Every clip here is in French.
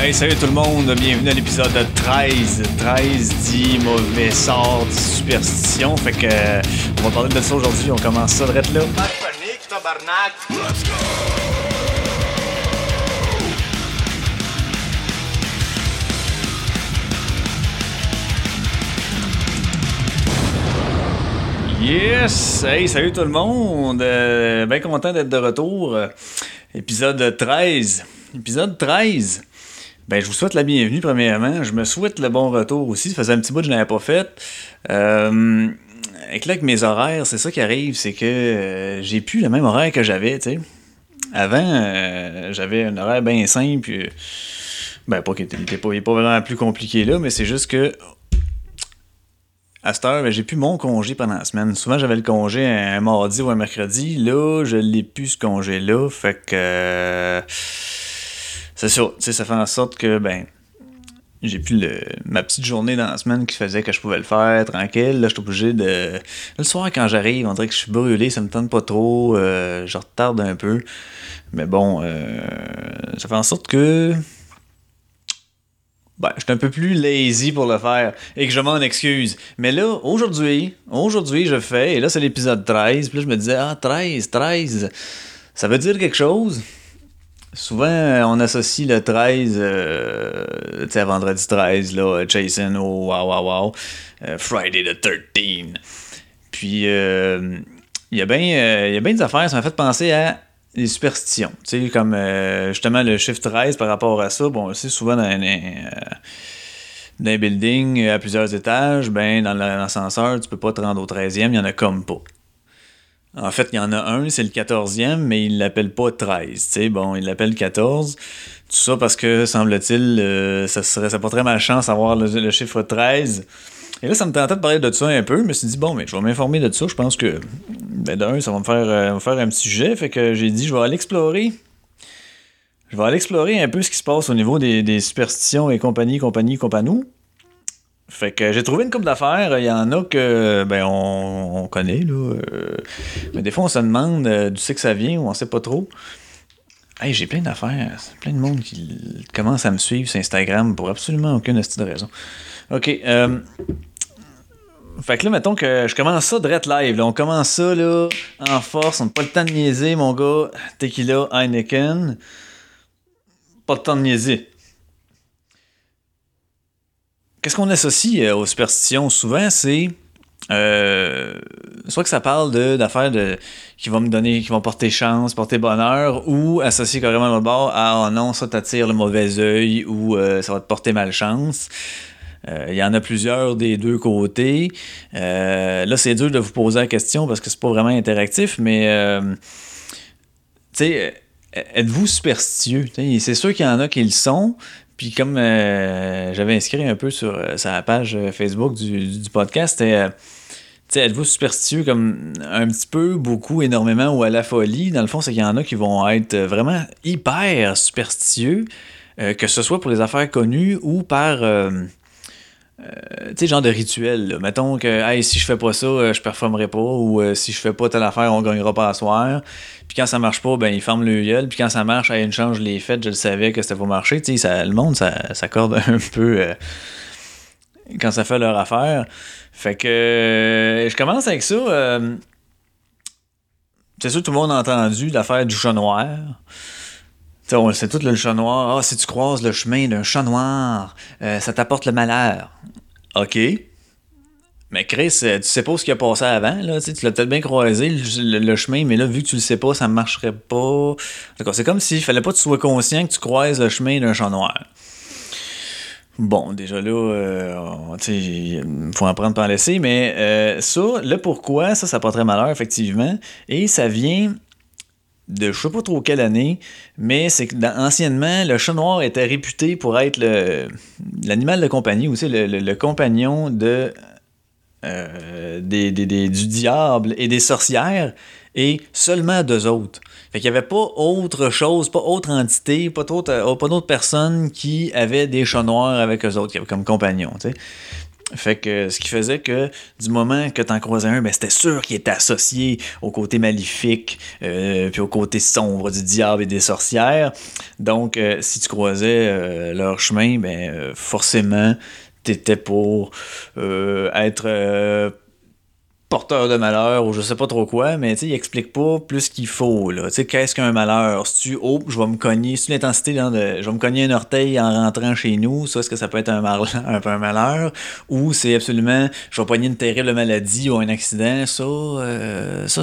Hey, salut tout le monde, bienvenue à l'épisode 13. 13 dit mauvais sort, dit superstition. Fait que on va parler de ça aujourd'hui, on commence ça direct là. Pas de panique, tabarnak! Let's go! Yes! Hey, salut tout le monde! Bien content d'être de retour. Épisode 13. Épisode 13. Ben, je vous souhaite la bienvenue, premièrement. Je me souhaite le bon retour aussi. Ça faisait un petit bout que je n'avais pas fait. Avec mes horaires, c'est ça qui arrive, c'est que j'ai plus le même horaire que j'avais, tu sais. Avant, j'avais un horaire bien simple. Puis, ben, pas qu'il n'est pas vraiment plus compliqué là, mais c'est juste que à cette heure, ben, j'ai plus mon congé pendant la semaine. Souvent, j'avais le congé un mardi ou un mercredi. Là, je l'ai plus ce congé-là. Fait que c'est ça. Tu sais, ça fait en sorte que, ben, j'ai plus ma petite journée dans la semaine qui faisait que je pouvais le faire tranquille. Là, je suis obligé de... Le soir, quand j'arrive, on dirait que je suis brûlé, ça me tente pas trop. Je retarde un peu. Mais bon, ça fait en sorte que... Ben, je suis un peu plus lazy pour le faire et que je m'en excuse. Mais là, aujourd'hui, je fais, et là, c'est l'épisode 13. Puis là, je me disais, 13, ça veut dire quelque chose? Souvent, on associe le 13, tu sais, à vendredi 13, là, Jason, oh, wow, Friday the 13. Puis, il y a bien des affaires, ça m'a fait penser à les superstitions. Tu sais, comme justement le chiffre 13 par rapport à ça, bon, c'est souvent dans un building à plusieurs étages, ben, dans l'ascenseur, tu peux pas te rendre au 13e, il y en a comme pas. En fait, il y en a un, c'est le 14e, mais il l'appelle pas 13. Tu sais, bon, il l'appelle 14. Tout ça parce que, semble-t-il, ça porterait malchance d'avoir le chiffre 13. Et là, ça me tentait de parler de ça un peu. Je me suis dit, bon, mais je vais m'informer de ça. Je pense que, ben, d'un, ça va me faire un petit sujet. Fait que j'ai dit, je vais aller explorer. Je vais aller explorer un peu ce qui se passe au niveau des superstitions et compagnie. Fait que j'ai trouvé une couple d'affaires. Il y en a que, ben, on connaît, là. Mais des fois, on se demande d'où c'est que ça vient ou on sait pas trop. Hey, j'ai plein d'affaires. C'est plein de monde qui commence à me suivre sur Instagram pour absolument aucune astuce de raison. OK. Fait que là, mettons que je commence ça direct live. Là. On commence ça là en force. On n'a pas le temps de niaiser, mon gars. Tequila, Heineken. Pas le temps de niaiser. Qu'est-ce qu'on associe aux superstitions souvent, c'est soit que ça parle d'affaires qui vont me donner, qui vont porter chance, porter bonheur, ou associer carrément l'autre bord à oh non, ça t'attire le mauvais œil ou ça va te porter malchance. Il y en a plusieurs des deux côtés. Là, c'est dur de vous poser la question parce que c'est pas vraiment interactif, mais tu sais, êtes-vous superstitieux? T'sais, c'est sûr qu'il y en a qui le sont. Puis comme j'avais inscrit un peu sur la page Facebook du podcast, c'était êtes-vous superstitieux comme un petit peu, beaucoup, énormément ou à la folie? Dans le fond, c'est qu'il y en a qui vont être vraiment hyper superstitieux, que ce soit pour les affaires connues ou par tu sais, genre de rituel. Là. Mettons que hey, si je fais pas ça, je performerai pas, ou si je fais pas telle affaire, on gagnera pas à soir. Puis quand ça marche pas, ben ils ferment le gueule. Puis quand ça marche, hey, une chance, je l'ai faite, je le savais que c'était pas marcher. Tu sais, le monde, ça s'accorde un peu quand ça fait leur affaire. Fait que je commence avec ça. C'est sûr que tout le monde a entendu l'affaire du chat noir. T'sais, on le sait tout, le chat noir. Ah, si tu croises le chemin d'un chat noir, ça t'apporte le malheur. OK. Mais Chris, tu sais pas ce qui a passé avant, là. Tu l'as peut-être bien croisé, le chemin, mais là, vu que tu le sais pas, ça marcherait pas. D'accord, c'est comme s'il fallait pas que tu sois conscient que tu croises le chemin d'un chat noir. Bon, déjà là, il faut en prendre par en laisser, mais ça, le pourquoi, ça porterait malheur, effectivement. Et ça vient de je sais pas trop quelle année, mais c'est que anciennement, le chat noir était réputé pour être l'animal de compagnie, aussi le compagnon du diable et des sorcières, et seulement d'eux autres. Fait qu'il n'y avait pas autre chose, pas autre entité, pas d'autres personnes qui avaient des chats noirs avec eux autres, comme compagnons, tu sais. Fait que ce qui faisait que du moment que t'en croisais un, ben c'était sûr qu'il était associé au côté maléfique, puis au côté sombre du diable et des sorcières. Donc, si tu croisais leur chemin, ben forcément, t'étais pour être porteur de malheur ou je sais pas trop quoi, mais tu sais, il explique pas plus qu'il faut, là. Tu sais, qu'est-ce qu'un malheur? Si tu, oh, je vais me cogner, c'est l'intensité, là, je vais me cogner un orteil en rentrant chez nous, ça, est-ce que ça peut être un malheur? Ou c'est absolument, je vais pogner une terrible maladie ou un accident, ça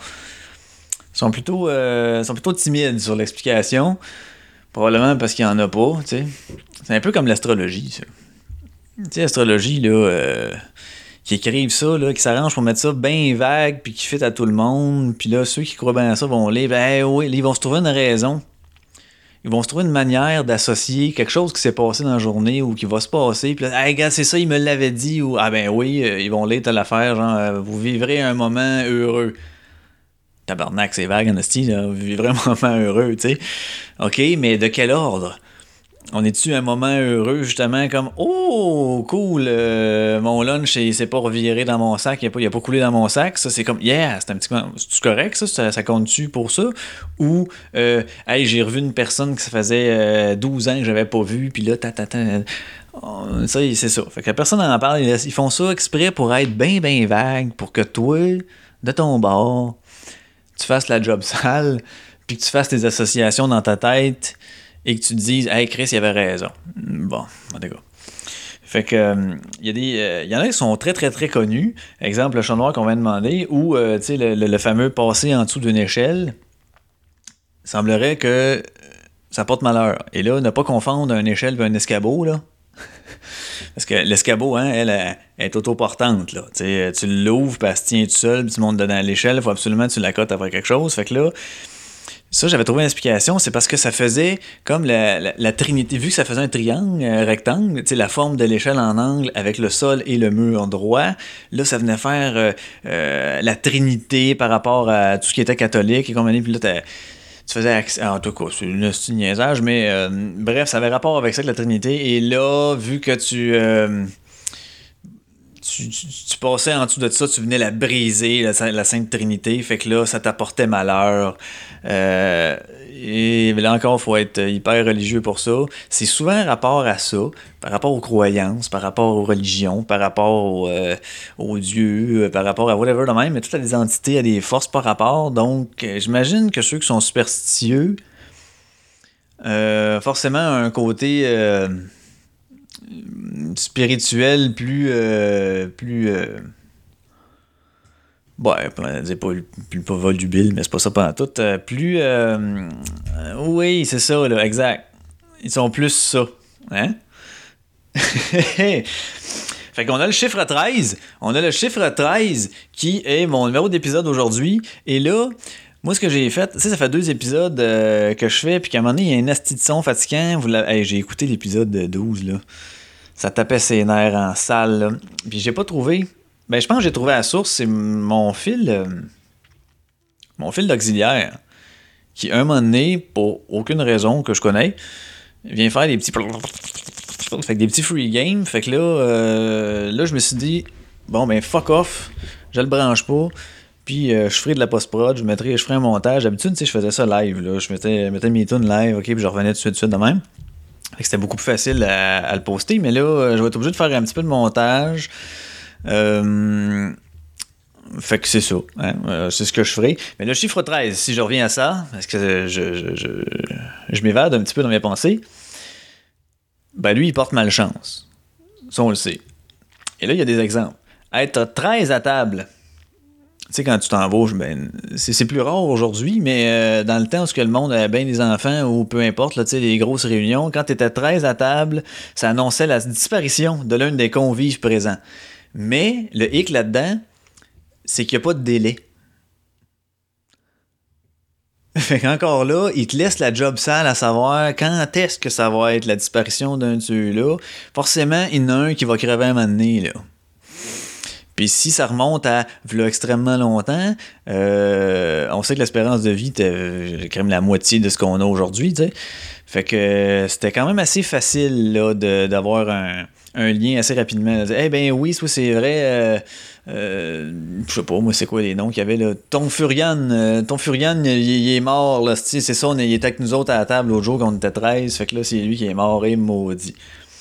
sont plutôt timides sur l'explication, probablement parce qu'il y en a pas, tu sais. C'est un peu comme l'astrologie, ça. Tu sais, l'astrologie, là, qui écrivent ça, là, qui s'arrangent pour mettre ça bien vague, puis qui fit à tout le monde, puis là, ceux qui croient bien à ça vont lire, ben oui, ils vont se trouver une raison. Ils vont se trouver une manière d'associer quelque chose qui s'est passé dans la journée ou qui va se passer, puis là, hey, gars, c'est ça, il me l'avait dit, ou ah ben oui, ils vont lire telle affaire, genre, vous vivrez un moment heureux. Tabarnak, c'est vague, en esti, là, vous vivrez un moment heureux, tu sais. OK, mais de quel ordre? On est-tu un moment heureux, justement, comme « Oh, cool, mon lunch, il s'est pas reviré dans mon sac, il a pas coulé dans mon sac. » Ça, c'est comme « Yeah, c'est un petit peu... C'est correct, ça compte-tu pour ça? » Ou « Hey, j'ai revu une personne que ça faisait 12 ans que j'avais pas vu, puis là, ça, c'est ça. » Fait que la personne en parle, ils font ça exprès pour être bien, bien vague, pour que toi, de ton bord, tu fasses la job sale, puis que tu fasses tes associations dans ta tête, et que tu te dises « Hey, Chris, il avait raison. » Bon, en tout cas. Fait que, y en a qui sont très, très, très connus. Exemple, le chat noir qu'on vient de demander, ou, tu sais, le fameux passer en dessous d'une échelle. Il semblerait que ça porte malheur. Et là, ne pas confondre une échelle et un escabeau, là. Parce que l'escabeau, hein, elle est autoportante, là. T'sais, tu l'ouvres, puis elle se tient tout seul, puis tu montes dedans l'échelle, il faut absolument que tu la cotes après quelque chose. Fait que là, ça, j'avais trouvé une explication, c'est parce que ça faisait comme la trinité, vu que ça faisait un triangle, un rectangle, tu sais, la forme de l'échelle en angle avec le sol et le mur droit, là, ça venait faire la trinité par rapport à tout ce qui était catholique et compagnie, puis là, tu faisais en tout cas, c'est un niaisage, mais bref, ça avait rapport avec ça, avec la trinité, et là, vu que tu passais en dessous de ça, tu venais la briser, la Sainte Trinité, fait que là, ça t'apportait malheur. Et là encore, il faut être hyper religieux pour ça. C'est souvent rapport à ça, par rapport aux croyances, par rapport aux religions, par rapport aux dieux, par rapport à whatever de même, mais toutes les entités, à des forces par rapport. Donc, j'imagine que ceux qui sont superstitieux, forcément, un côté... spirituel plus on dire pas plus pas volubile, mais c'est pas ça pendant tout, plus oui, c'est ça là, exact, ils sont plus ça, hein. Fait qu'on a le chiffre 13, qui est mon numéro d'épisode aujourd'hui, et là moi, ce que j'ai fait, tu sais, ça fait 2 épisodes que je fais, puis qu'à un moment donné, il y a un asti de son fatigant. Hey, j'ai écouté l'épisode 12, là. Ça tapait ses nerfs en salle, là. Puis j'ai pas trouvé... Ben, je pense que j'ai trouvé la source, c'est mon fil d'auxiliaire, qui, un moment donné, pour aucune raison que je connais, vient faire des petits... Fait que des petits free games. Fait que là, je me suis dit, bon, ben, fuck off, je le branche pas. Puis je ferai de la post-prod, je ferai un montage. D'habitude, tu sais, je faisais ça live, là. Je mettais mes tunes live, ok, puis je revenais tout de suite de même. Fait que c'était beaucoup plus facile à le poster, mais là, je vais être obligé de faire un petit peu de montage. Fait que c'est ça, hein? C'est ce que je ferai. Mais le chiffre 13, si je reviens à ça, parce que je m'évade un petit peu dans mes pensées, ben lui, il porte malchance. Ça, on le sait. Et là, il y a des exemples. Être 13 à table... Tu sais, quand tu t'en vas, ben, c'est plus rare aujourd'hui, mais dans le temps où le monde avait bien des enfants ou peu importe, là, les grosses réunions, quand tu étais 13 à table, ça annonçait la disparition de l'un des convives présents. Mais le hic là-dedans, c'est qu'il n'y a pas de délai. Fait qu'encore là, il te laisse la job sale à savoir quand est-ce que ça va être la disparition d'un de ceux-là. Forcément, il y en a un qui va crever un moment donné, là. Puis si ça remonte à v'là extrêmement longtemps, on sait que l'espérance de vie était quand même la moitié de ce qu'on a aujourd'hui, tu sais. Fait que c'était quand même assez facile là, d'avoir un lien assez rapidement. Eh ben oui, c'est vrai. Je sais pas, moi, c'est quoi les noms qu'il y avait là? Ton Furian, il est mort, là. C'est ça, il était avec nous autres à la table l'autre jour quand on était 13. Fait que là, c'est lui qui est mort et maudit.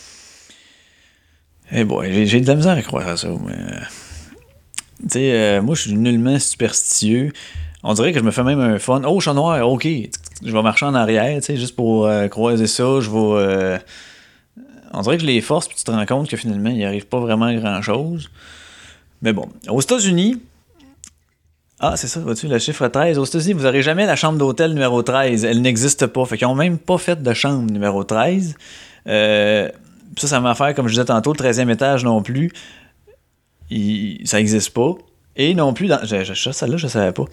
Eh boy, j'ai de la misère à croire à ça, mais. Tu sais, moi, je suis nullement superstitieux. On dirait que je me fais même un fun. Oh, chat noir, ok. Je vais marcher en arrière, tu sais, juste pour croiser ça. Je vais. On dirait que je les force, puis tu te rends compte que finalement, il n'y arrive pas vraiment grand-chose. Mais bon, aux États-Unis. Ah, c'est ça, vois-tu, le chiffre 13. Aux États-Unis, vous n'aurez jamais la chambre d'hôtel numéro 13. Elle n'existe pas. Fait qu'ils n'ont même pas fait de chambre numéro 13. Ça m'a fait, comme je disais tantôt, le 13e étage non plus. Ça n'existe pas. Et non plus, celle-là, je ne savais pas.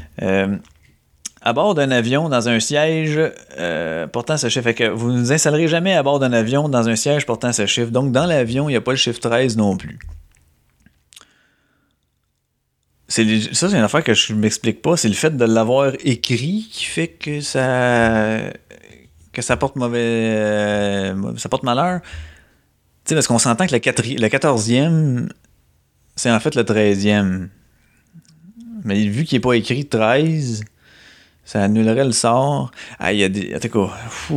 À bord d'un avion, dans un siège portant ce chiffre. Fait que vous ne vous installerez jamais à bord d'un avion dans un siège portant ce chiffre. Donc, dans l'avion, il n'y a pas le chiffre 13 non plus. Ça, c'est une affaire que je ne m'explique pas. C'est le fait de l'avoir écrit qui fait que ça porte ça porte malheur. Tu sais, parce qu'on s'entend que le 14e, c'est en fait le 13e. Mais vu qu'il n'est pas écrit 13, ça annulerait le sort. Ah, il y a des. Attends,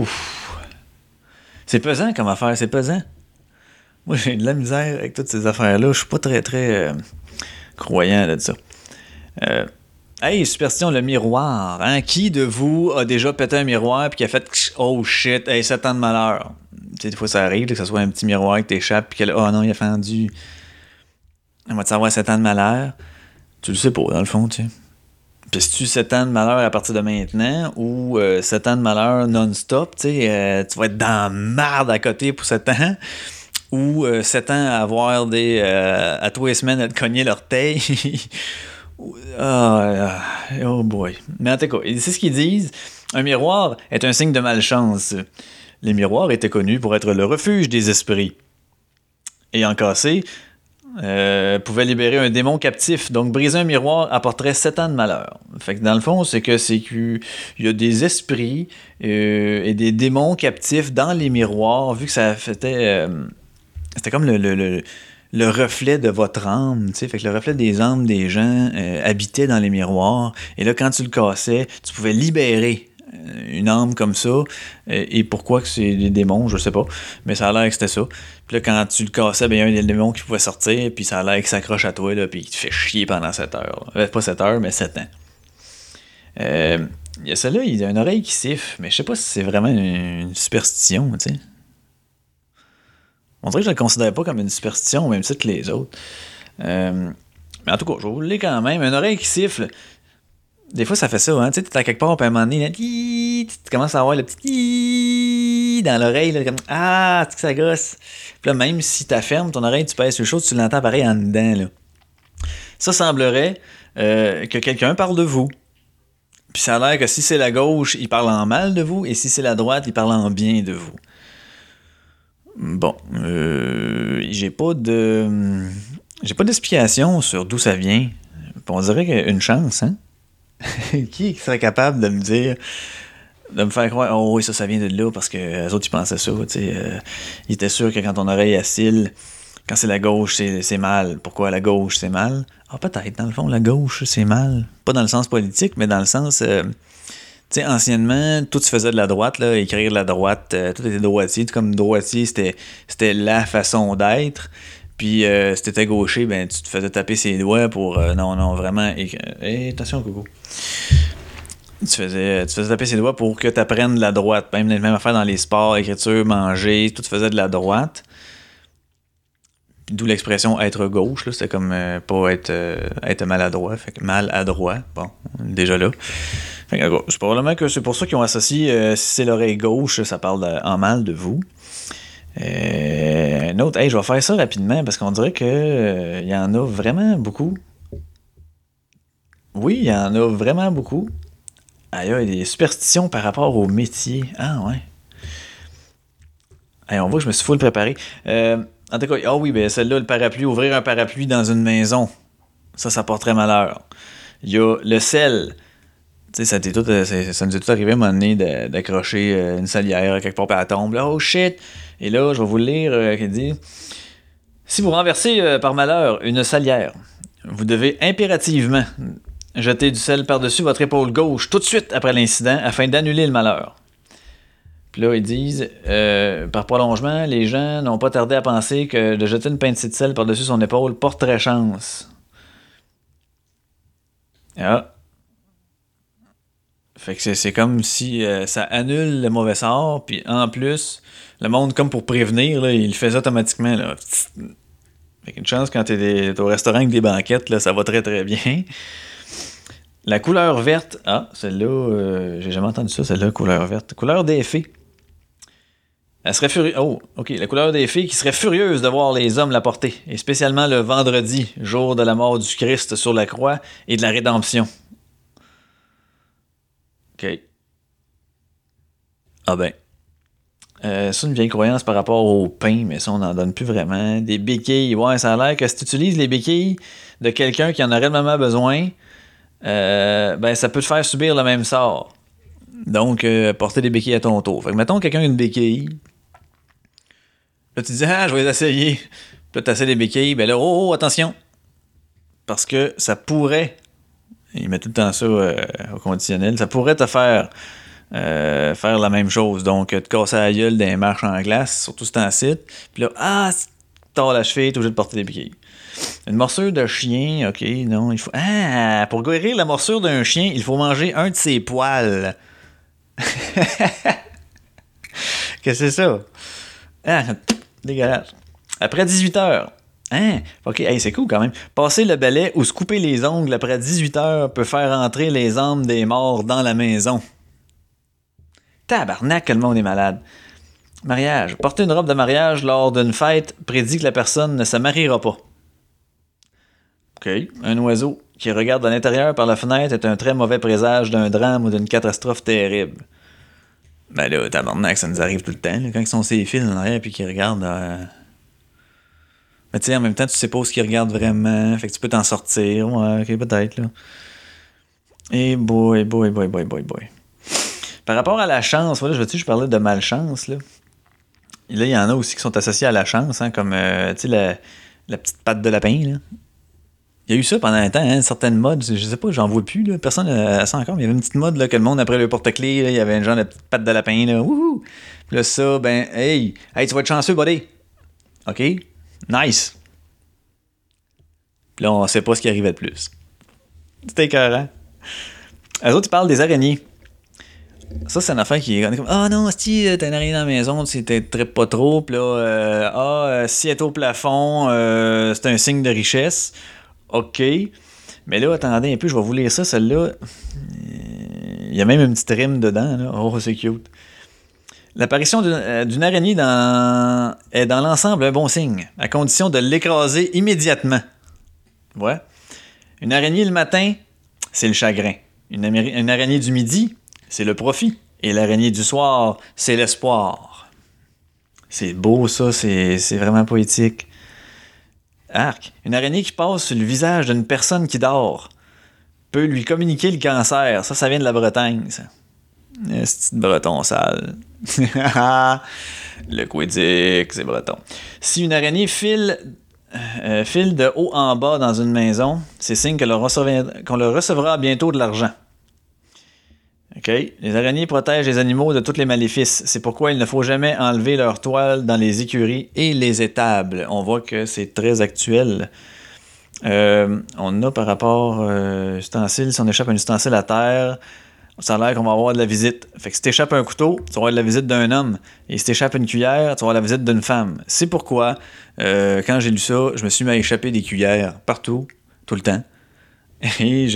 c'est pesant comme affaire, c'est pesant. Moi, j'ai de la misère avec toutes ces affaires-là. Je suis pas très, très croyant de ça. Hey, superstition, le miroir. Hein? Qui de vous a déjà pété un miroir et qui a fait oh shit, hey, 7 ans de malheur? Tu sais, des fois, ça arrive que ce soit un petit miroir qui t'échappe et que oh non, il a fendu. On va te savoir 7 ans de malheur. Tu le sais pas, dans le fond, tu sais. Puis si tu 7 ans de malheur à partir de maintenant ou 7 ans de malheur non-stop, tu sais, tu vas être dans la marde à côté pour 7 ans. Ou 7 ans à avoir à tous les semaines à te cogner l'orteil. Oh boy. Mais en tout cas, c'est ce qu'ils disent. Un miroir est un signe de malchance. Les miroirs étaient connus pour être le refuge des esprits. Ayant cassé, pouvait libérer un démon captif. Donc, briser un miroir apporterait 7 ans de malheur. Fait que dans le fond, c'est qu'il y a des esprits et des démons captifs dans les miroirs, vu que ça faisait... c'était comme le reflet de votre âme, tu sais, fait que le reflet des âmes des gens habitait dans les miroirs, et là, quand tu le cassais, tu pouvais libérer une âme comme ça, et pourquoi que c'est des démons, je sais pas, mais ça a l'air que c'était ça. Puis là, quand tu le cassais, ben, il y a un des démons qui pouvait sortir, puis ça a l'air qu'il s'accroche à toi, là, puis il te fait chier pendant 7 heures. Pas 7 heures, mais 7 ans. Il y a celle-là, il a une oreille qui siffle, mais je sais pas si c'est vraiment une superstition, tu sais. On dirait que je ne le considère pas comme une superstition au même titre que les autres. Mais en tout cas, je vais vous le lire quand même. Une oreille qui siffle. Des fois, ça fait ça, hein. Tu sais, t'es à quelque part, puis à un moment donné, là, tu commences à avoir le petit dans l'oreille, là, comme ah, tu sais que ça gosse. Puis là, même si tu fermes ton oreille, tu pèses sur le chaud, tu l'entends pareil en dedans, là. Ça semblerait que quelqu'un parle de vous. Puis ça a l'air que si c'est la gauche, il parle en mal de vous, et si c'est la droite, il parle en bien de vous. Bon, j'ai pas d'explication sur d'où ça vient. On dirait qu'il y a une chance, hein? Qui serait capable de me dire, de me faire croire, oh oui, ça vient de là, parce que les autres, ils pensaient ça, tu sais. Ils étaient sûrs que quand ton oreille assile, quand c'est la gauche, c'est mal. Pourquoi la gauche, c'est mal? Ah, peut-être, dans le fond, la gauche, c'est mal. Pas dans le sens politique, mais dans le sens... tu sais, anciennement, tout se faisait de la droite, là, écrire de la droite, tout était droitier. Tout comme droitier, c'était la façon d'être. Puis, si t'étais gaucher, ben, tu te faisais taper ses doigts pour... non, vraiment... attention, coucou. Tu faisais taper ses doigts pour que t'apprennes la droite. Même affaire dans les sports, écriture, manger, tout se faisait de la droite. D'où l'expression être gauche, là, c'était comme pas être maladroit. Fait que maladroit, bon, déjà là. Fait que, c'est probablement que c'est pour ça qu'ils ont associé si c'est l'oreille gauche, ça parle en mal de vous. Un autre, je vais faire ça rapidement parce qu'on dirait que il y en a vraiment beaucoup. Oui, il y en a vraiment beaucoup. Il y a des superstitions par rapport au métier. Ah ouais. On voit que je me suis full préparé. En tout cas, oui, ben celle-là, le parapluie, ouvrir un parapluie dans une maison, ça porterait malheur. Il y a le sel. Tu sais, ça nous est tout arrivé à un moment donné d'accrocher une salière quelque part puis elle tombe. Là, oh shit! Et là, je vais vous le lire, qui dit: si vous renversez par malheur une salière, vous devez impérativement jeter du sel par-dessus votre épaule gauche tout de suite après l'incident afin d'annuler le malheur. Puis là, ils disent, par prolongement, les gens n'ont pas tardé à penser que de jeter une pincée de sel par-dessus son épaule porterait chance. Ah. Fait que c'est comme si ça annule le mauvais sort, puis en plus, le monde, comme pour prévenir, là, il le fait automatiquement. Là. Fait qu'une chance quand t'es au restaurant avec des banquettes, là, ça va très très bien. La couleur verte, celle-là, j'ai jamais entendu ça, celle-là, couleur verte. Couleur des fées. Elle serait furieuse. Oh, ok, la couleur des fées qui serait furieuse de voir les hommes la porter, et spécialement le vendredi, jour de la mort du Christ sur la croix et de la rédemption. OK. Ah ben. C'est une vieille croyance par rapport au pain, mais ça, on n'en donne plus vraiment. Des béquilles, ouais, ça a l'air que si tu utilises les béquilles de quelqu'un qui en aurait réellement besoin, ben ça peut te faire subir le même sort. Donc, porter des béquilles à ton tour. Fait que mettons quelqu'un a une béquille. Là, tu dis, je vais les essayer. Puis là, tu essaies des béquilles. Ben là, attention. Parce que ça pourrait, il met tout le temps ça au conditionnel, ça pourrait te faire la même chose. Donc, te casser la gueule dans les marches en glace, surtout si t'es en site. Puis là, t'as la cheville, t'es obligé de porter des béquilles. Une morsure de chien, ok, non, il faut... pour guérir la morsure d'un chien, il faut manger un de ses poils. Qu'est-ce que c'est ça? Dégueulasse. Après 18 heures. Ok, c'est cool quand même. Passer le balai ou se couper les ongles après 18 heures peut faire entrer les âmes des morts dans la maison. Tabarnak, que le monde est malade. Mariage. Porter une robe de mariage lors d'une fête prédit que la personne ne se mariera pas. OK. Un oiseau qui regarde à l'intérieur par la fenêtre est un très mauvais présage d'un drame ou d'une catastrophe terrible. Ben là, tabarnak, ça nous arrive tout le temps. Là, quand ils sont ces fils en arrière et qu'ils regardent... Mais tu sais, en même temps, tu sais pas ce qu'ils regardent vraiment. Fait que tu peux t'en sortir. Ouais, ok, peut-être, là. Et boy. Par rapport à la chance, voilà, je parlais de malchance, là. Et là, il y en a aussi qui sont associés à la chance, hein, comme, tu sais, la petite patte de lapin, là. Il y a eu ça pendant un temps, hein, une certaine mode, je sais pas, j'en vois plus, là, personne n'a ça encore, mais il y avait une petite mode, là, que le monde, après le porte-clés, là, il y avait un genre de petite patte de lapin, là, wouhou! Puis là, ça, ben, hey, tu vas être chanceux, buddy! OK? Nice! Puis là, on sait pas ce qui arrivait de plus. C'était écœurant. Eux autres, ils parlent des araignées. Ça, c'est une affaire qui est comme, non, si t'as une araignée dans la maison, tu tripes pas trop, puis là, si elle est au plafond, c'est un signe de richesse. OK. Mais là, attendez un peu, je vais vous lire ça, celle-là. Il y a même une petite rime dedans, là. Oh, c'est cute. L'apparition d'une araignée est dans l'ensemble un bon signe, à condition de l'écraser immédiatement. Ouais. Une araignée le matin, c'est le chagrin. Une araignée du midi, c'est le profit. Et l'araignée du soir, c'est l'espoir. C'est beau, ça, c'est vraiment poétique. Arc. Une araignée qui passe sur le visage d'une personne qui dort peut lui communiquer le cancer. Ça vient de la Bretagne, ça. C'est de breton sale. Le Quédic, c'est breton. Si une araignée file de haut en bas dans une maison, c'est signe qu'on leur recevra bientôt de l'argent. OK. Les araignées protègent les animaux de tous les maléfices. C'est pourquoi il ne faut jamais enlever leur toile dans les écuries et les étables. On voit que c'est très actuel. On a par rapport ustensile, si on échappe un ustensile à terre, ça a l'air qu'on va avoir de la visite. Fait que si t'échappes un couteau, tu vas avoir de la visite d'un homme. Et si t'échappes une cuillère, tu vas avoir la visite d'une femme. C'est pourquoi, quand j'ai lu ça, je me suis mis à échapper des cuillères partout, tout le temps. Et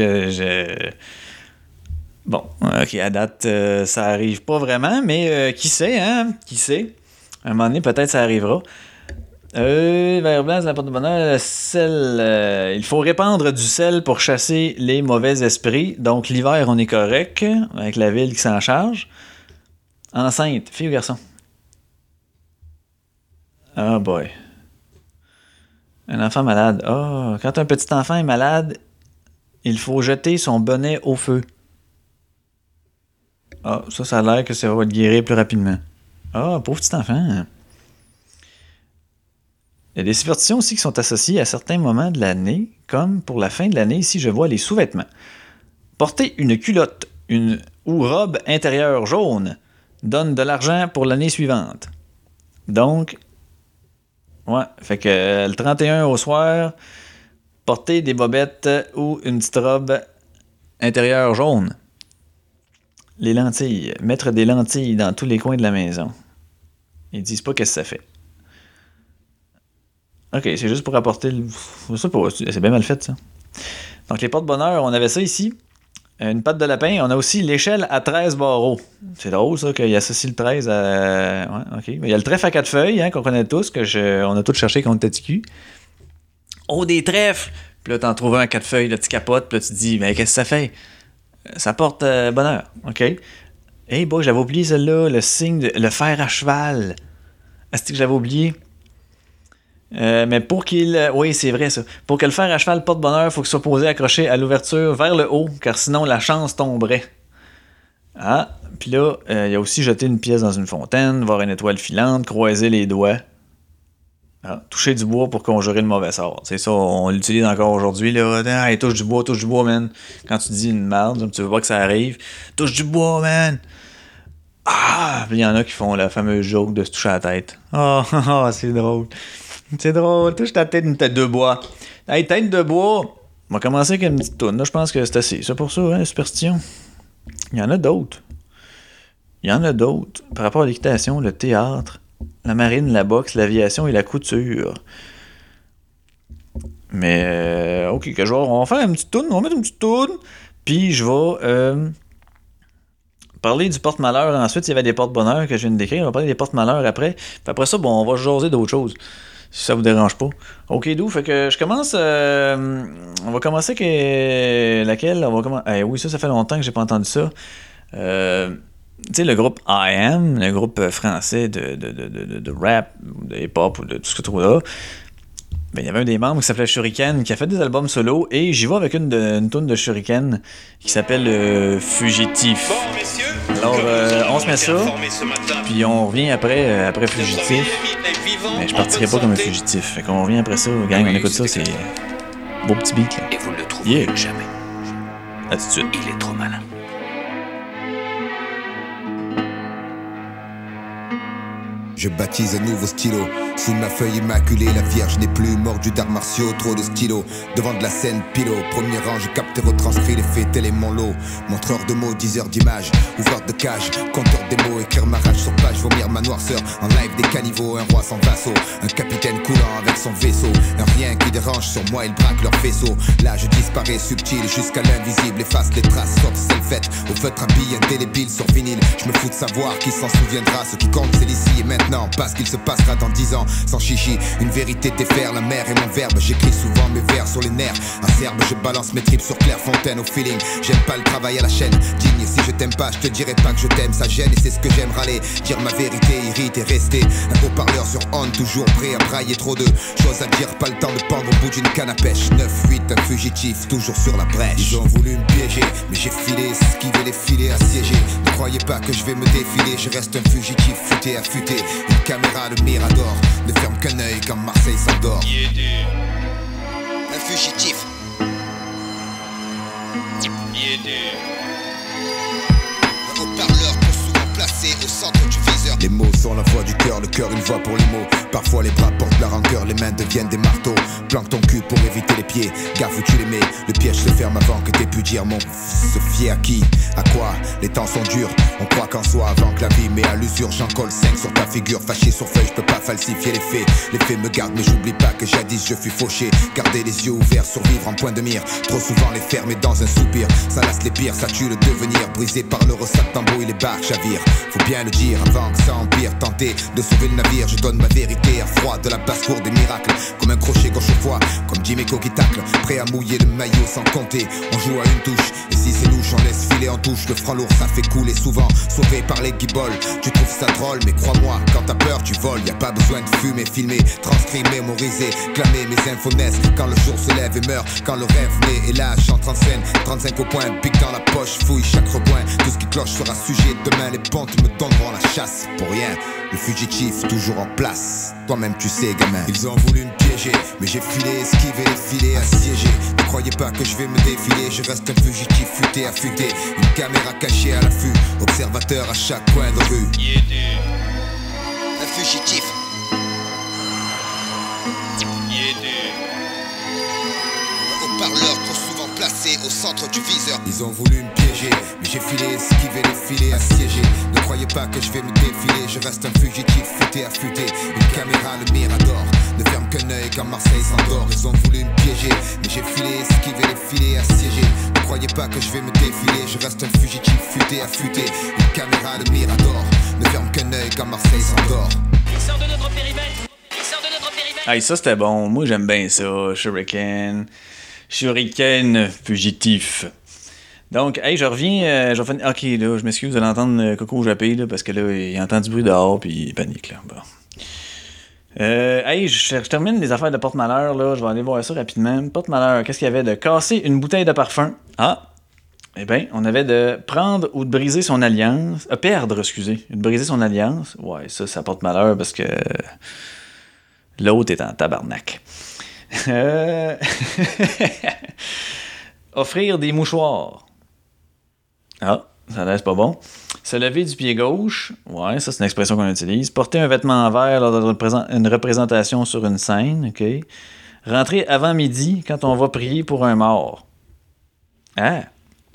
Bon, ok, à date, ça arrive pas vraiment, mais qui sait, hein? Qui sait? À un moment donné, peut-être ça arrivera. Verre blanc, c'est la porte de bonheur. Le sel. Il faut répandre du sel pour chasser les mauvais esprits. Donc, l'hiver, on est correct, avec la ville qui s'en charge. Enceinte, fille ou garçon? Ah, boy. Un enfant malade. Quand un petit enfant est malade, il faut jeter son bonnet au feu. Ah, ça a l'air que ça va te guérir plus rapidement. Ah, pauvre petit enfant. Il y a des superstitions aussi qui sont associées à certains moments de l'année, comme pour la fin de l'année, ici je vois les sous-vêtements. Porter une culotte ou robe intérieure jaune donne de l'argent pour l'année suivante. Donc, ouais, fait que le 31 au soir, porter des bobettes ou une petite robe intérieure jaune. Les lentilles. Mettre des lentilles dans tous les coins de la maison. Ils disent pas qu'est-ce que ça fait. OK, c'est juste pour apporter le... Je sais pas, c'est bien mal fait, ça. Donc, les porte-bonheur, on avait ça ici. Une patte de lapin. On a aussi l'échelle à 13 barreaux. C'est drôle, ça, qu'il associe le 13 à... Ouais, OK. Il y a le trèfle à 4 feuilles, hein, qu'on connaît tous, on a tous cherché contre TTQ. Oh, des trèfles! Puis là, t'en trouves un à 4 feuilles, là, tu capotes, puis là, tu te dis, mais qu'est-ce que ça fait? Ça porte bonheur, OK? Hey, boy, j'avais oublié celle-là, le signe le fer à cheval. Est-ce que j'avais oublié? Mais pour qu'il... Oui, c'est vrai, ça. Pour que le fer à cheval porte bonheur, il faut qu'il soit posé accroché à l'ouverture vers le haut, car sinon la chance tomberait. Ah, puis là, il y a aussi jeter une pièce dans une fontaine, voir une étoile filante, croiser les doigts. Ah, toucher du bois pour conjurer le mauvais sort. C'est ça, on l'utilise encore aujourd'hui, là. Hey, touche du bois, man. Quand tu dis une merde, tu veux pas que ça arrive. Touche du bois, man. Ah, puis il y en a qui font la fameuse joke de se toucher à la tête. Ah, oh, c'est drôle. C'est drôle, touche ta tête, une tête de bois. Hey, tête de bois! On va commencer avec une petite toune. Là, je pense que c'est assez. C'est pour ça, hein, superstition. Il y en a d'autres. Par rapport à l'équitation, le théâtre, la marine, la boxe, l'aviation et la couture. Mais, OK, on va faire une petite toune. On va mettre une petite toune. Puis, je vais parler du porte-malheur. Ensuite, il y avait des porte-bonheur que je viens de décrire. On va parler des porte-malheur après. Puis après ça, bon, on va jaser d'autres choses. Si ça vous dérange pas. OK, d'où? Fait que je commence... on va commencer avec... Laquelle? Oui, ça fait longtemps que j'ai pas entendu ça. Tu sais, le groupe I Am, le groupe français de rap, de hip-hop, ou de tout ce que tu trouves là, ben, il y avait un des membres qui s'appelait Shuriken, qui a fait des albums solo, et j'y vais avec une toune de Shuriken qui s'appelle Fugitif. Bon, messieurs, alors, on se met ça, puis on revient après Fugitif. Mais je partirai pas comme un fugitif. Fait qu'on revient après ça, gang, on écoute ça, c'est beau petit beat, là. Et vous ne le trouverez jamais. À tout de suite. Il est trop malin. Je baptise un nouveau stylo. Sous ma feuille immaculée, la vierge n'est plus mordue d'arts martiaux. Trop de stylos, devant de la scène pilo. Premier rang, je capte et retranscris les faits, tel est mon lot. Montreur de mots, 10 heures d'image. Ouvreur de cage, compteur des mots. Écrire ma rage sur page, vomir ma noirceur. En live des caniveaux, un roi sans vassaux. Un capitaine coulant avec son vaisseau. Un rien qui dérange sur moi, ils braquent leur faisceau. Là je disparais subtil jusqu'à l'invisible. Efface les traces, sauf celles faites au feutre à billes indélébile sur vinyle. Je me fous de savoir qui s'en souviendra. Ce qui compte c'est l'ici et maintenant, parce qu'il se passera dans 10 ans. Sans chichi, une vérité défaire, la mer est mon verbe. J'écris souvent mes vers sur les nerfs. Un serbe, je balance mes tripes sur Clairefontaine au feeling. J'aime pas le travail à la chaîne. Digne, si je t'aime pas, je te dirai pas que je t'aime. Ça gêne et c'est ce que j'aime râler. Dire ma vérité, irrite et rester. Un haut-parleur sur on, toujours prêt à brailler trop de choses à dire. Pas le temps de pendre au bout d'une canne à pêche. 9-8, un fugitif, toujours sur la brèche. Ils ont voulu me piéger, mais j'ai filé, esquivé les filets assiégés. Ne croyez pas que je vais me défiler. Je reste un fugitif, futé affûté. Une caméra, le mirador. Ne ferme qu'un œil quand Marseille s'endort. Un fugitif. Un haut-parleur trop souvent placé au centre du viseur. Les mots sont la voix du cœur, le cœur une voix pour les mots. Parfois les bras portent la rancœur, les mains deviennent des marteaux. Planque ton cul pour éviter les pieds, gaffe où tu les mets. Le piège se ferme avant que t'aies pu dire mon se fier à qui, à quoi. Les temps sont durs, on croit qu'en soi avant que la vie met à l'usure. J'en colle 5 sur ta figure, fâché sur feuille, je peux pas falsifier les faits. Les faits me gardent mais j'oublie pas que jadis je fus fauché. Garder les yeux ouverts, survivre en point de mire. Trop souvent les fermer dans un soupir. Ça lasse les pires, ça tue le devenir. Brisé par le ressac d'embrouille, les barques chavirent. Faut bien le dire avant que ça empire. Tenter de sauver le navire, je donne ma vérité à froid. De la basse-cour des miracles, comme un crochet gauche au foie. Comme Jiméco qui tacle, prêt à mouiller le maillot sans compter. On joue à une touche, et si c'est louche, on laisse filer en touche. Le franc lourd, ça fait couler souvent, sauvé par les guibolles. Tu trouves ça drôle, mais crois-moi, quand t'as peur, tu voles. Y'a pas besoin de fumer, filmer, transcrire, mémoriser, clamer mes infos naissent. Quand le jour se lève et meurt, quand le rêve naît. Et là, j'entre en scène, 35 au point, pique dans la poche, fouille chaque recoin. Tout ce qui cloche sera sujet demain, les pontes me donneront la chasse. Pour rien, le fugitif toujours en place. Toi-même tu sais gamin. Ils ont voulu me piéger, mais j'ai filé, esquivé les filets, assiégé. Ne croyez pas que je vais me défiler, je reste un fugitif futé affûté. Une caméra cachée à l'affût, observateur à chaque coin de rue. Un fugitif. Haut-parleur trop souvent placé au centre du viseur. Ils ont voulu me piéger, mais j'ai filé, esquivé les filets, assiégé. Ne croyez pas que je vais me défiler, je reste un fugitif futé affûté. Une caméra, le mirador, ne ferme qu'un œil quand Marseille s'endort. Ils ont voulu me piéger, mais j'ai filé, esquivé les filets, assiégé. Ne croyez pas que je vais me défiler, je reste un fugitif futé affûté. Une caméra, le mirador, ne ferme qu'un œil quand Marseille s'endort. Il sort de notre périmètre. Il sort de notre périmètre. Hey, ça c'était bon. Moi j'aime bien ça. Shuriken fugitif. Donc, hey, je reviens. Ok, là, je m'excuse, vous allez entendre Coco japper, là, parce que là, il entend du bruit dehors, puis il panique, là. Bon. Hey, je termine les affaires de porte-malheur, là. Je vais aller voir ça rapidement. Porte-malheur, qu'est-ce qu'il y avait? De casser une bouteille de parfum. Ah! Eh bien, on avait de prendre ou de briser son alliance. Perdre, excusez. De briser son alliance. Ouais, ça porte malheur parce que l'autre est en tabarnak. Offrir des mouchoirs. Ah, ça laisse pas bon. Se lever du pied gauche. Ouais, ça c'est une expression qu'on utilise. Porter un vêtement vert lors d'une représentation sur une scène. OK. Rentrer avant midi quand on va prier pour un mort. Ah.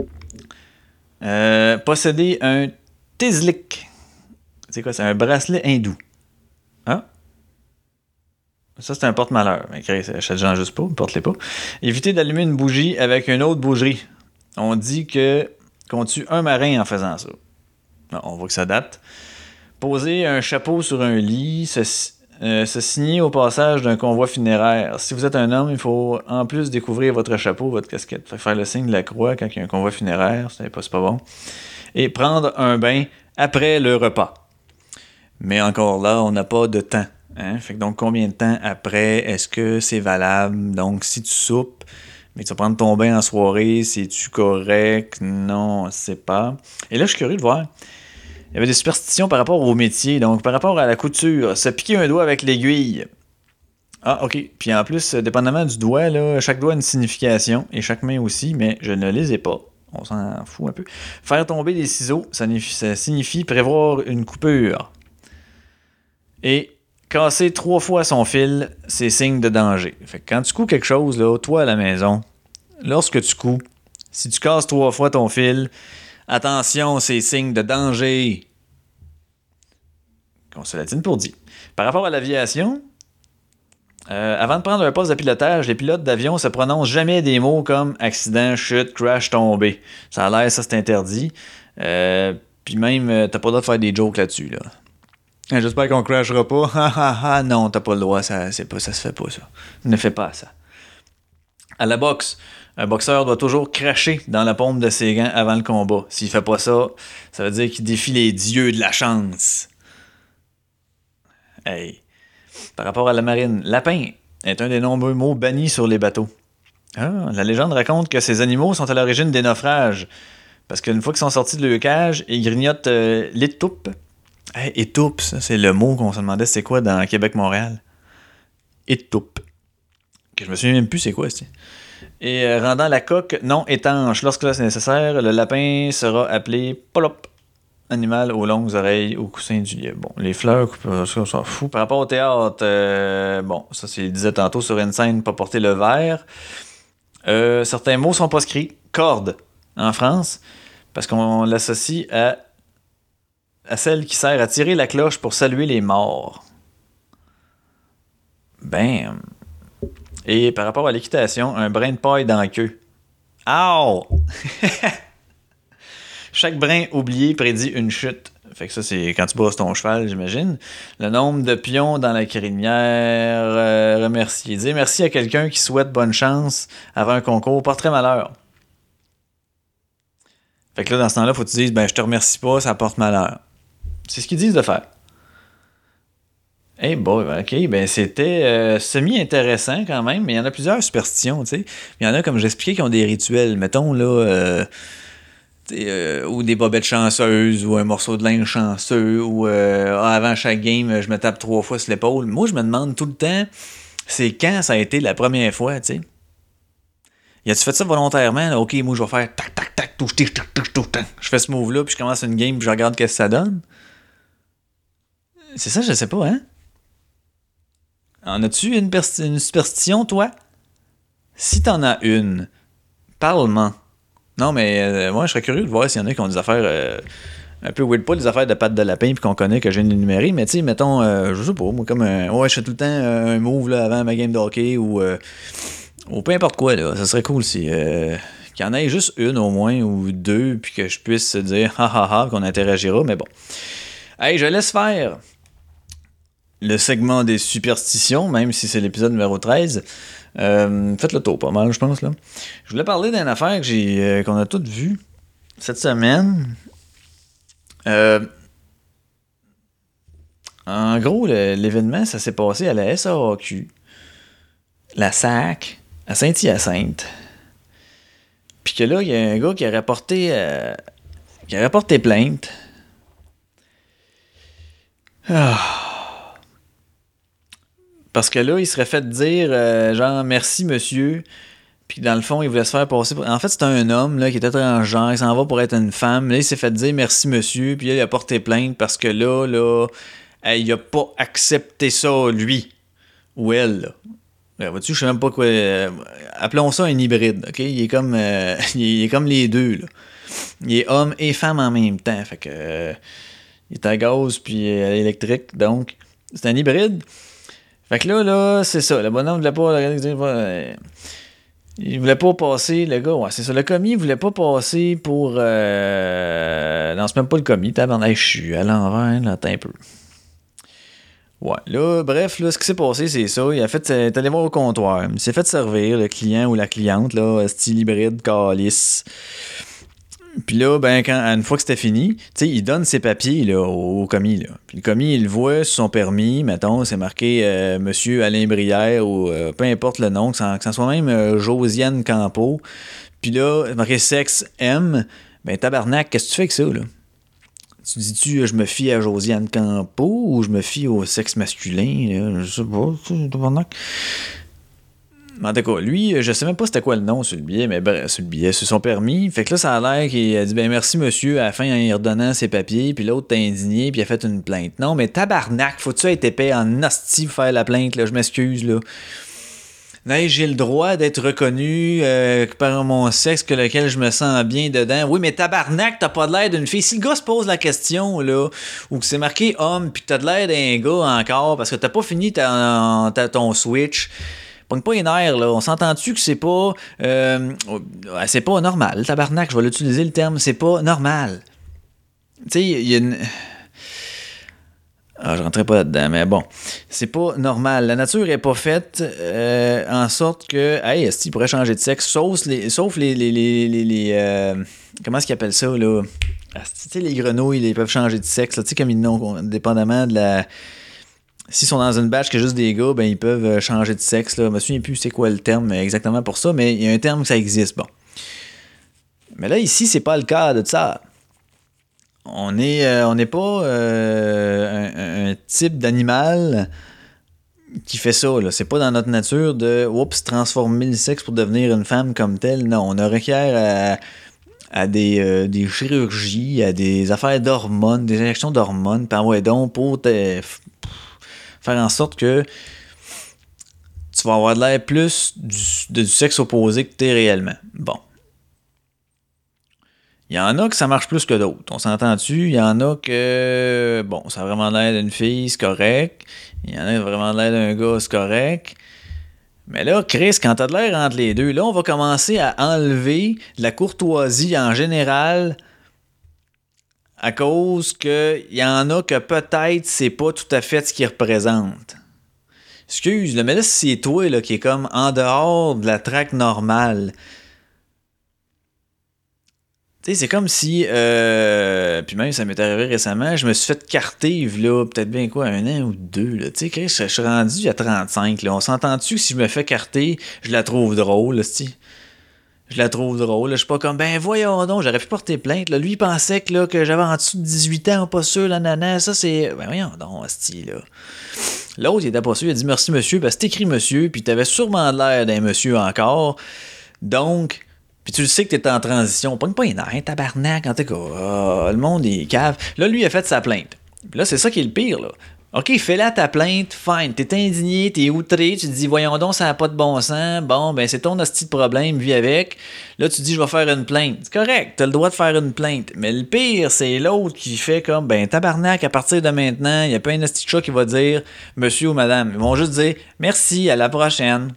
Posséder un tizlik. C'est quoi? C'est un bracelet hindou. Ah. Ça, c'est un porte-malheur. Achète-en juste pas, porte-les pas. Éviter d'allumer une bougie avec une autre bougerie. On dit qu'on tue un marin en faisant ça. Non, on voit que ça date. Poser un chapeau sur un lit. Se signer au passage d'un convoi funéraire. Si vous êtes un homme, il faut en plus découvrir votre chapeau, votre casquette. Faire le signe de la croix quand il y a un convoi funéraire, c'est pas bon. Et prendre un bain après le repas. Mais encore là, on n'a pas de temps. Hein? Fait que donc, combien de temps après est-ce que c'est valable? Donc, si tu soupes, mais tu vas prendre ton bain en soirée, c'est-tu correct? Non, on ne sait pas. Et là, je suis curieux de voir. Il y avait des superstitions par rapport au métier. Donc, par rapport à la couture, se piquer un doigt avec l'aiguille. Ah, OK. Puis en plus, dépendamment du doigt, là, chaque doigt a une signification, et chaque main aussi, mais je ne les ai pas. On s'en fout un peu. Faire tomber des ciseaux, ça signifie prévoir une coupure. Et casser 3 fois son fil, c'est signe de danger. Fait que quand tu couds quelque chose, là, toi à la maison, lorsque tu couds, si tu casses 3 fois ton fil, attention, c'est signe de danger. Consolatine pour dit. Par rapport à l'aviation, avant de prendre un poste de pilotage, les pilotes d'avion se prononcent jamais des mots comme accident, chute, crash, tombé. Ça a l'air, ça c'est interdit. Puis même, t'as pas le droit de faire des jokes là-dessus, là. J'espère qu'on crashera pas. Non, t'as pas le droit, ça se fait pas, ça. Ne fais pas ça. À la boxe, un boxeur doit toujours cracher dans la paume de ses gants avant le combat. S'il fait pas ça, ça veut dire qu'il défie les dieux de la chance. Hey. Par rapport à la marine, lapin est un des nombreux mots bannis sur les bateaux. Ah, la légende raconte que ces animaux sont à l'origine des naufrages. Parce qu'une fois qu'ils sont sortis de leur cage, ils grignotent l'étoupe. Hey, étoupe, ça, c'est le mot qu'on se demandait c'est quoi dans Québec-Montréal. Étoupe. Que je me souviens même plus c'est quoi, c'est. Et rendant la coque non étanche. Lorsque c'est nécessaire, le lapin sera appelé polop. Animal aux longues oreilles, au coussin du lit. Bon, les fleurs, ça, on s'en fout. Par rapport au théâtre, bon, ça, c'est, je disais tantôt, sur une scène, pas porter le verre. Certains mots sont proscrits. Corde, en France, parce qu'on l'associe à celle qui sert à tirer la cloche pour saluer les morts. Bam! Et par rapport à l'équitation, un brin de paille dans la queue. Ow! Chaque brin oublié prédit une chute. Fait que ça, c'est quand tu bosses ton cheval, j'imagine. Le nombre de pions dans la crinière. Remercier. Dire merci à quelqu'un qui souhaite bonne chance avant un concours. Portrait malheur. Fait que là, dans ce temps-là, faut que tu dises, je te remercie pas, ça porte malheur. C'est ce qu'ils disent de faire. Eh ok, c'était semi-intéressant quand même, mais il y en a plusieurs superstitions, tu sais. Il y en a, comme j'expliquais, qui ont des rituels. Mettons, là, ou des bobettes chanceuses, ou un morceau de linge chanceux, ou avant chaque game, je me tape 3 fois sur l'épaule. Moi, je me demande tout le temps, c'est quand ça a été la première fois, tu sais. Y a-tu fait ça volontairement? Là? Ok, moi, je vais faire tac, tac, tac, touche, tac, tac, tac, tac. Je fais ce move-là, puis je commence une game, puis je regarde qu'est-ce que ça donne. C'est ça, je sais pas, hein? En as-tu une superstition, toi? Si t'en as une, parle-moi. Non, mais moi, je serais curieux de voir s'il y en a qui ont des affaires un peu weird, pas des affaires de pattes de lapin puis qu'on connaît, que je viens d'énumérer, mais tu sais, mettons, je sais pas, moi, comme je fais tout le temps un move là, avant ma game de hockey ou peu importe quoi, là. Ça serait cool si qu'il y en ait juste une au moins ou deux, puis que je puisse dire ha ha ha, qu'on interagira, mais bon. Hey, je laisse faire le segment des superstitions, même si c'est l'épisode numéro 13. Faites le tour pas mal, je pense, là. Je voulais parler d'une affaire que qu'on a toutes vues cette semaine. En gros, l'événement, ça s'est passé à la SAAQ, la SAC, à Saint-Hyacinthe. Puis que là, il y a un gars qui a rapporté plainte. Parce que là, il serait fait dire genre merci monsieur. Puis dans le fond, il voulait se faire passer pour... En fait, c'était un homme là, qui était transgenre, il s'en va pour être une femme. Là, il s'est fait dire merci monsieur. Puis là, il a porté plainte parce que là, il a pas accepté ça, lui. Ou elle, là. Vois-tu, je sais même pas quoi. Appelons ça un hybride, ok? Il est comme les deux, là. Il est homme et femme en même temps. Fait que il est à gaz puis électrique, donc c'est un hybride. Fait que là, c'est ça. Le bonhomme voulait pas. Il voulait pas passer, le gars, ouais, c'est ça. Le commis voulait pas passer pour. Non, c'est même pas le commis. Je suis à l'envers, là, attends un peu. Ouais, là, bref, là, ce qui s'est passé, c'est ça. Il est allé voir au comptoir. Il s'est fait servir, le client ou la cliente, là, style hybride, calice. Puis là, une fois que c'était fini, tu sais, il donne ses papiers là, au commis. Là. Puis le commis, il le voit sur son permis, mettons, c'est marqué Monsieur Alain Brière ou peu importe le nom, que ça soit même Josiane Campeau. Puis là, c'est marqué sexe M. Tabarnak, qu'est-ce que tu fais avec ça, là? Tu dis-tu, je me fie à Josiane Campeau ou je me fie au sexe masculin? Là? Je sais pas, tabarnak. En tout cas, lui, je sais même pas c'était quoi le nom sur le billet, mais bref, sur le billet, sur son permis. Fait que là, ça a l'air qu'il a dit merci monsieur à la fin en redonnant ses papiers, puis l'autre t'a indigné, puis il a fait une plainte. Non, mais tabarnak, faut-tu être épais en hostie pour faire la plainte, là, je m'excuse, là. Là, j'ai le droit d'être reconnu par mon sexe que lequel je me sens bien dedans. Oui, mais tabarnak, t'as pas de l'air d'une fille. Si le gars se pose la question, là, ou que c'est marqué homme, puis que t'as de l'air d'un gars encore, parce que t'as pas fini ton switch... Pogne pas les nerfs, là. On s'entend-tu que c'est pas normal, tabarnak, je vais l'utiliser le terme, c'est pas normal. Tu sais, il y a une... je rentrais pas là-dedans, mais bon. C'est pas normal. La nature est pas faite en sorte que... Hey, est-ce qu'il pourrait changer de sexe? Sauf les comment est-ce qu'ils appellent ça, là? Tu sais, les grenouilles, ils peuvent changer de sexe, là. Tu sais, comme ils n'ont... Dépendamment de la... S'ils sont dans une batch qui est juste des gars, ils peuvent changer de sexe. Là. Je me souviens plus c'est quoi le terme exactement pour ça, mais il y a un terme que ça existe. Bon. Mais là, ici, c'est pas le cas de ça. On n'est pas un type d'animal qui fait ça. Là. C'est pas dans notre nature de transformer le sexe pour devenir une femme comme telle. Non, on a requiert à des chirurgies, à des affaires d'hormones, des injections d'hormones, pour faire en sorte que tu vas avoir de l'air plus du sexe opposé que t'es réellement. Bon. Il y en a que ça marche plus que d'autres. On s'entend-tu? Il y en a que, ça a vraiment l'air d'une fille, c'est correct. Il y en a qui ont vraiment l'air d'un gars, c'est correct. Mais là, Chris, quand t'as de l'air entre les deux, là, on va commencer à enlever de la courtoisie en général à cause qu'il y en a que peut-être c'est pas tout à fait ce qu'ils représentent. Excuse, là, mais là, c'est toi là, qui est comme en dehors de la traque normale. Tu sais, c'est comme si, puis même ça m'est arrivé récemment, je me suis fait carter, là, peut-être bien quoi, 1 an ou 2, là. Tu sais, Chris, je suis rendu à 35, là. On s'entend-tu que si je me fais carter, je la trouve drôle, là, c'ti? Je la trouve drôle, là. Je suis pas comme, ben voyons donc, j'aurais pu porter plainte, là. Lui, il pensait que j'avais en dessous de 18 ans, pas sûr, la nana, ça c'est, ben voyons donc, c'ti, là. L'autre, il était pas sûr, il a dit merci monsieur, parce que c'est écrit monsieur, puis t'avais sûrement l'air d'un monsieur encore, donc... Puis tu le sais que t'es en transition. Pogne pas une nerfs, tabarnak, en tout cas. Le monde est cave. Là, lui, il a fait sa plainte. Puis là, c'est ça qui est le pire, là. OK, fais-la ta plainte, fine. T'es indigné, t'es outré, tu te dis, voyons donc, ça n'a pas de bon sens. Bon, ben, c'est ton hostie de problème, vis avec. Là, tu te dis, je vais faire une plainte. C'est correct, t'as le droit de faire une plainte. Mais le pire, c'est l'autre qui fait comme, ben, tabarnak, à partir de maintenant, il n'y a pas un hostie de chat qui va dire, monsieur ou madame. Ils vont juste dire, merci, à la prochaine.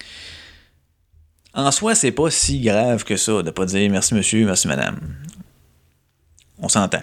En soi, c'est pas si grave que ça de pas dire merci monsieur, merci madame. On s'entend.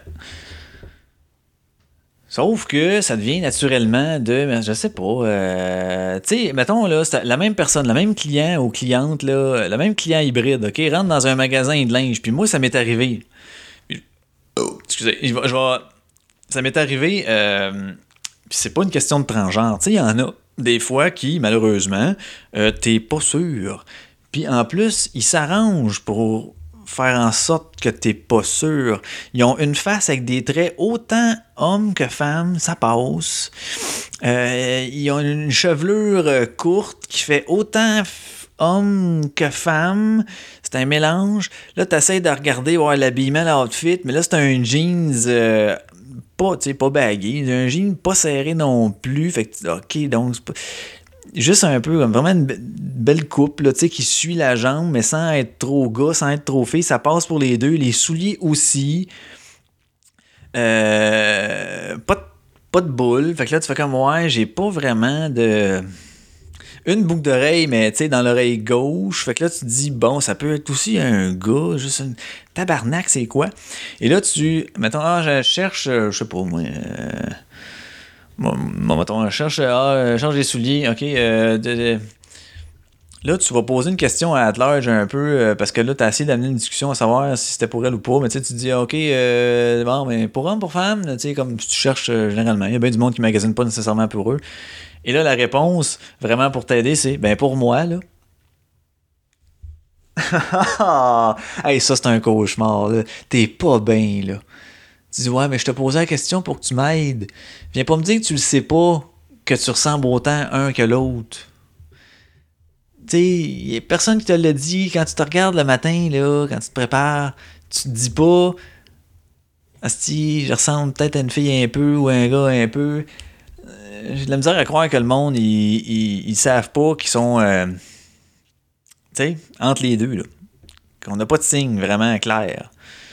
Sauf que ça devient naturellement de, je sais pas, tu sais, mettons là, c'est la même personne, le même client ou cliente, là, le même client hybride, ok, rentre dans un magasin de linge, puis moi, ça m'est arrivé. Excusez, ça m'est arrivé, puis c'est pas une question de transgenre, tu sais, il y en a des fois qui, malheureusement, t'es pas sûr. Puis en plus, ils s'arrangent pour faire en sorte que t'es pas sûr. Ils ont une face avec des traits autant hommes que femmes, ça passe. Ils ont une chevelure courte qui fait autant homme que femme. C'est un mélange. Là, t'essaies de regarder voir l'habillement, l'outfit, mais là, c'est un jeans pas baggy. Un jean pas serré non plus. Fait que, OK, donc... Juste un peu, comme vraiment une belle coupe là, qui suit la jambe, mais sans être trop gars, sans être trop fille. Ça passe pour les deux. Les souliers aussi. Pas de boule. Fait que là, tu fais comme, ouais, j'ai pas vraiment de... Une boucle d'oreille, mais tu sais, dans l'oreille gauche. Fait que là, tu te dis, bon, ça peut être aussi un gars, juste une... Tabarnak, c'est quoi? Et là, mettons, je cherche, je sais pas, moi... Mettons, change les souliers, ok. Là, tu vas poser une question à large un peu, parce que là, tu as essayé d'amener une discussion à savoir si c'était pour elle ou pas, mais tu te dis, ok, bon, mais pour homme, pour femme, tu sais, comme tu cherches généralement. Il y a bien du monde qui ne magasine pas nécessairement pour eux. Et là, la réponse, vraiment pour t'aider, c'est, ben pour moi, là. Hey, ça, c'est un cauchemar, là. T'es pas bien, là. Tu dis, ouais, mais je te posais la question pour que tu m'aides. Viens pas me dire que tu le sais pas, que tu ressembles autant un que l'autre. Tu sais, y a personne qui te l'a dit. Quand tu te regardes le matin, là, quand tu te prépares, tu te dis pas, asti, je ressemble peut-être à une fille un peu ou à un gars un peu. J'ai de la misère à croire que le monde, ils savent pas qu'ils sont, tu sais, entre les deux, là. Qu'on n'a pas de signe vraiment clair.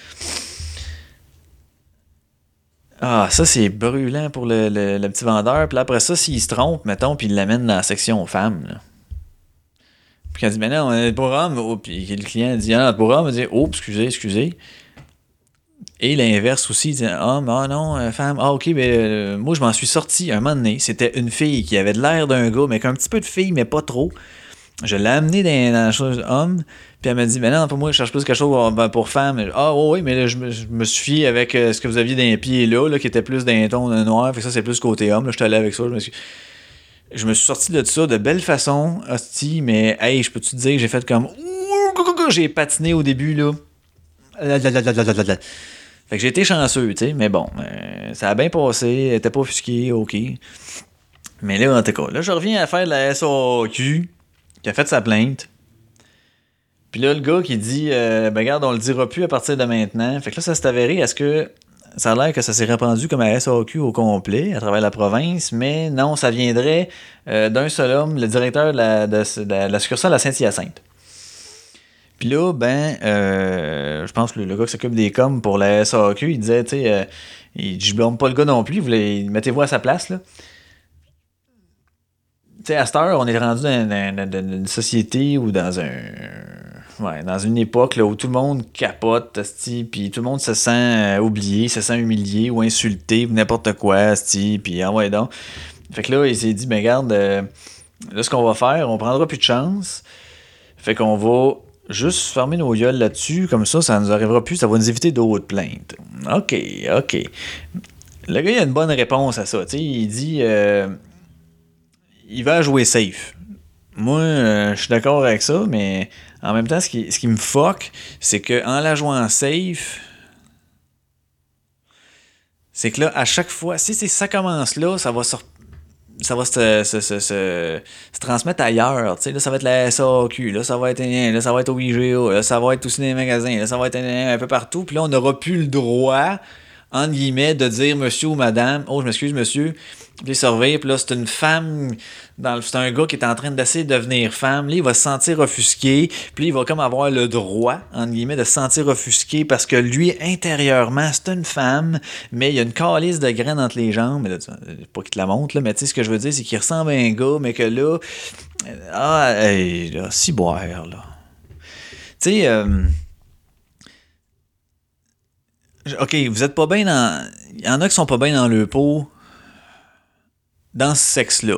Ah, ça, c'est brûlant pour le petit vendeur. Puis là, après ça, s'il se trompe, mettons, puis il l'amène dans la section femmes, là. Puis quand il dit, mais non, on est pour hommes. Oh, puis le client dit, ah, pour hommes, il dit, oh, excusez. Et l'inverse aussi, il dit, homme, ah non, femme, ah, ok, mais moi, je m'en suis sorti un moment donné. C'était une fille qui avait de l'air d'un gars, mais avec un petit peu de fille, mais pas trop. Je l'ai amené dans la chose homme, puis elle m'a dit, ben non, pour moi, je cherche plus quelque chose pour femme. Ah oui, mais là, je me suis fié avec ce que vous aviez dans les pieds là, qui était plus d'un ton noir, fait que ça, c'est plus côté homme. Là, je suis allé avec ça, je me suis sorti de ça de belle façon, hostie, mais hey, je peux-tu te dire que j'ai fait comme, j'ai patiné au début, là. Fait que j'ai été chanceux, tu sais, mais bon, ça a bien passé, elle était pas offusquée, ok. Mais là, en tout cas, là, je reviens à faire de la SAQ, qui a fait sa plainte. Puis là, le gars qui dit, ben regarde, on le dira plus à partir de maintenant. Fait que là, ça s'est avéré, est-ce que ça a l'air que ça s'est répandu comme à SAQ au complet, à travers la province, mais non, ça viendrait d'un seul homme, le directeur de la succursale à Saint-Hyacinthe. Puis là, je pense que le gars qui s'occupe des coms pour la SAQ, il disait, tu sais, je blâme pas le gars non plus, mettez-vous à sa place, là. Tu sais, à cette heure, on est rendu dans une société ou dans dans une époque là, où tout le monde capote, asti, puis tout le monde se sent oublié, se sent humilié ou insulté, ou n'importe quoi, asti, puis ouais donc. Fait que là, il s'est dit, ben regarde, là, ce qu'on va faire, on prendra plus de chance. Fait qu'on va juste fermer nos gueules là-dessus, comme ça nous arrivera plus, ça va nous éviter d'autres plaintes. OK. Le gars, il a une bonne réponse à ça. T'sais, il dit, il va jouer safe. Moi, je suis d'accord avec ça, mais en même temps, ce qui me fuck, c'est qu'en la jouant safe, c'est que là, à chaque fois, si ça commence là, ça va se transmettre ailleurs. T'sais, là, ça va être la SAQ, là, ça va être au IGA, là, ça va être aussi dans les magasins, là, ça va être un peu partout. Puis là, on n'aura plus le droit, entre guillemets, de dire monsieur ou madame, oh, je m'excuse, monsieur, les surveiller, puis là, c'est une femme, c'est un gars qui est en train d'essayer de devenir femme, là, il va se sentir offusqué, puis il va comme avoir le droit, entre guillemets, de se sentir offusqué parce que lui, intérieurement, c'est une femme, mais il y a une calice de graines entre les jambes, mais là, pas qu'il te la montre, là, mais tu sais, ce que je veux dire, c'est qu'il ressemble à un gars, mais que là, là, si boire, là. Tu sais, OK, vous êtes pas bien dans... Il y en a qui sont pas bien dans le pot dans ce sexe-là.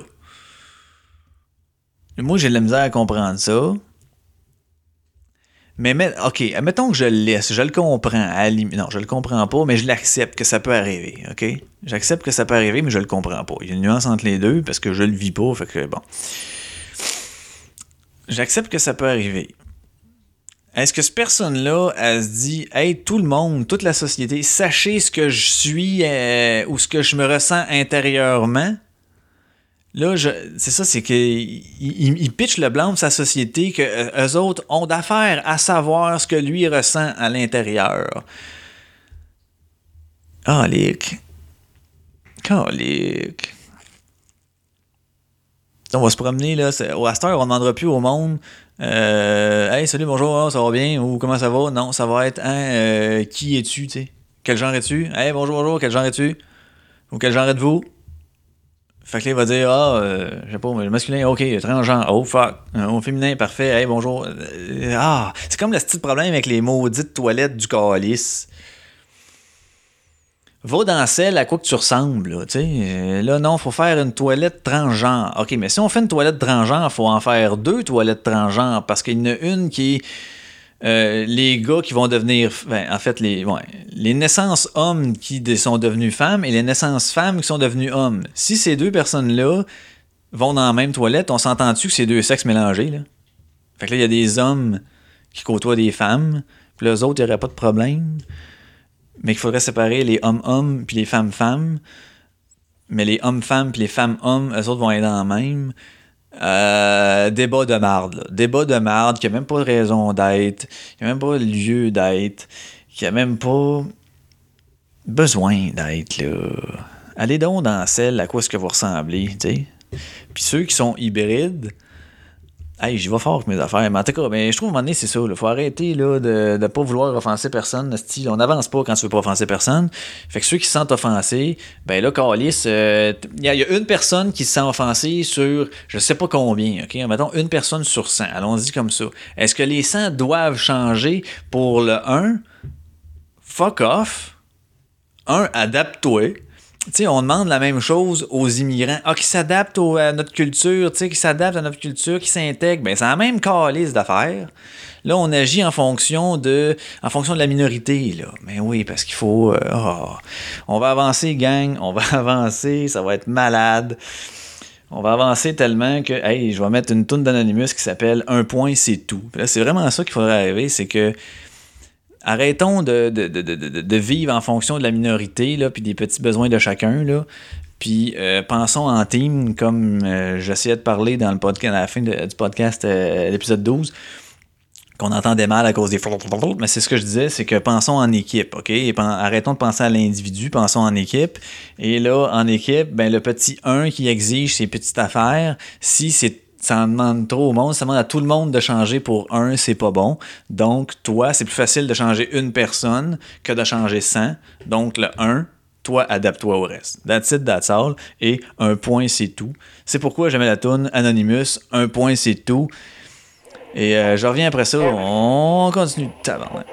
Moi, j'ai de la misère à comprendre ça. Mais, OK, admettons que je le laisse, je le comprends. Non, je le comprends pas, mais je l'accepte que ça peut arriver, OK? J'accepte que ça peut arriver, mais je le comprends pas. Il y a une nuance entre les deux, parce que je le vis pas, fait que bon. J'accepte que ça peut arriver. Est-ce que cette personne-là, elle se dit « Hey, tout le monde, toute la société, sachez ce que je suis ou ce que je me ressens intérieurement. » Là, c'est ça, c'est qu'il pitch le blanc de sa société que eux autres ont d'affaires à savoir ce que lui ressent à l'intérieur. Calique. On va se promener, là. À cette heure, on ne demandera plus au monde hey, salut, bonjour, ça va bien? Ou comment ça va? Non, ça va être qui es-tu, tu sais? Quel genre es-tu? Hey, bonjour, quel genre es-tu? Ou quel genre êtes-vous? Fait que là, il va dire je sais pas, le masculin, ok, transgenre, oh fuck, au féminin, parfait, hey, bonjour. C'est comme le style problème avec les maudites toilettes du calice. Va dans celle à quoi que tu ressembles, là, tu sais. Là, non, faut faire une toilette transgenre. OK, mais si on fait une toilette transgenre, faut en faire 2 toilettes transgenres, parce qu'il y en a une qui est les gars qui vont devenir... en fait, les naissances hommes qui sont devenus femmes et les naissances femmes qui sont devenues hommes. Si ces 2 personnes-là vont dans la même toilette, on s'entend-tu que c'est 2 sexes mélangés, là? Fait que là, il y a des hommes qui côtoient des femmes, puis les autres, il n'y aurait pas de problème. Mais qu'il faudrait séparer les hommes-hommes puis les femmes-femmes. Mais les hommes-femmes puis les femmes-hommes, eux autres vont être dans la même. Débat de marde, là. Débat de marde qui n'a même pas de raison d'être, qui n'a même pas lieu d'être, qui n'a même pas besoin d'être, là. Allez donc dans celle à quoi est-ce que vous ressemblez, tu sais. Puis ceux qui sont hybrides, hey, j'y vais fort avec mes affaires. Mais en tout cas, je trouve à un moment donné, c'est ça. Il faut arrêter là, de ne pas vouloir offenser personne. On n'avance pas quand tu veux pas offenser personne. Fait que ceux qui se sentent offensés, ben là, calice, il y a une personne qui se sent offensée sur je sais pas combien. OK? Mettons une personne sur 100. Allons-y comme ça. Est-ce que les 100 doivent changer pour le 1? Fuck off. 1, adapte-toi. Tu sais, on demande la même chose aux immigrants. Qui s'adaptent à notre culture, tu sais, qui s'adaptent à notre culture, qui s'intègrent. Ben, c'est la même calice d'affaires. Là, on agit en fonction de la minorité, là. Mais oui, parce qu'il faut... on va avancer, gang. On va avancer. Ça va être malade. On va avancer tellement que... Hey, je vais mettre une toune d'Anonymous qui s'appelle « Un point, c'est tout ». Là, c'est vraiment ça qu'il faudrait arriver, c'est que... Arrêtons de vivre en fonction de la minorité, là, puis des petits besoins de chacun, là. Puis pensons en team, comme j'essayais de parler dans le podcast, à la fin du podcast, l'épisode 12, qu'on entendait mal à cause des... Mais c'est ce que je disais, c'est que pensons en équipe, OK? Arrêtons de penser à l'individu, pensons en équipe. Et là, en équipe, ben le petit 1 qui exige ses petites affaires, si ça en demande trop au monde, ça demande à tout le monde de changer pour 1, c'est pas bon. Donc, toi, c'est plus facile de changer une personne que de changer 100. Donc, le 1, toi, adapte-toi au reste. That's it, that's all. Et un point, c'est tout. C'est pourquoi j'aimais la toune Anonymous, un point, c'est tout. Et je reviens après ça, on continue. Tabarnak.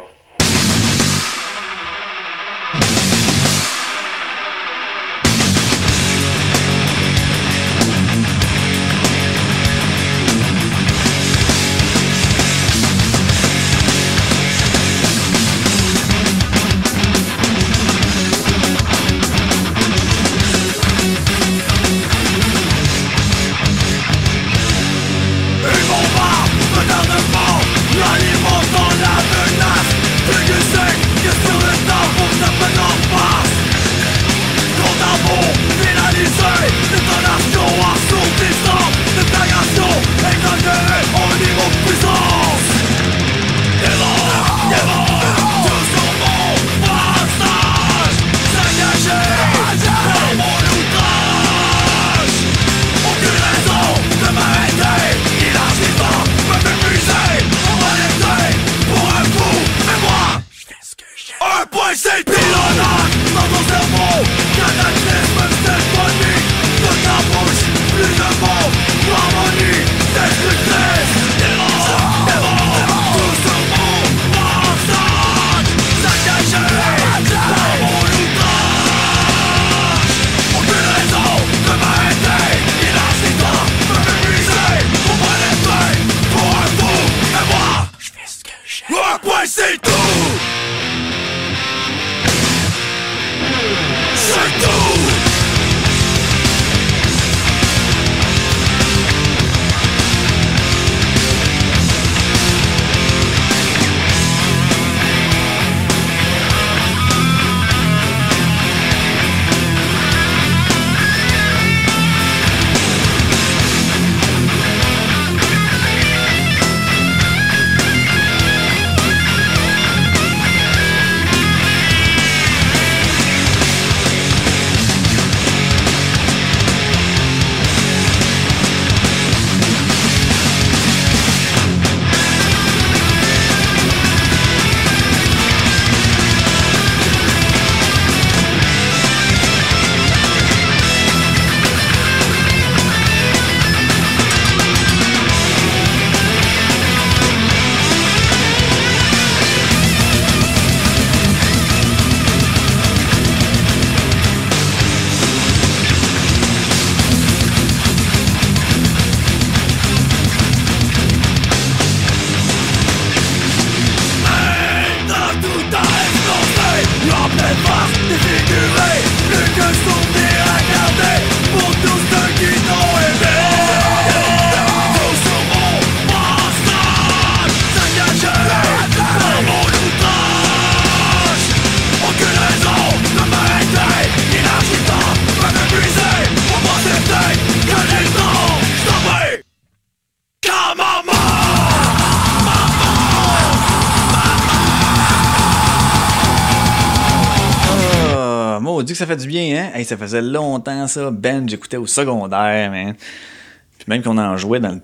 Dit que ça fait du bien, hein? Hey, ça faisait longtemps, ça. Ben, j'écoutais au secondaire, man. Puis même qu'on en jouait dans le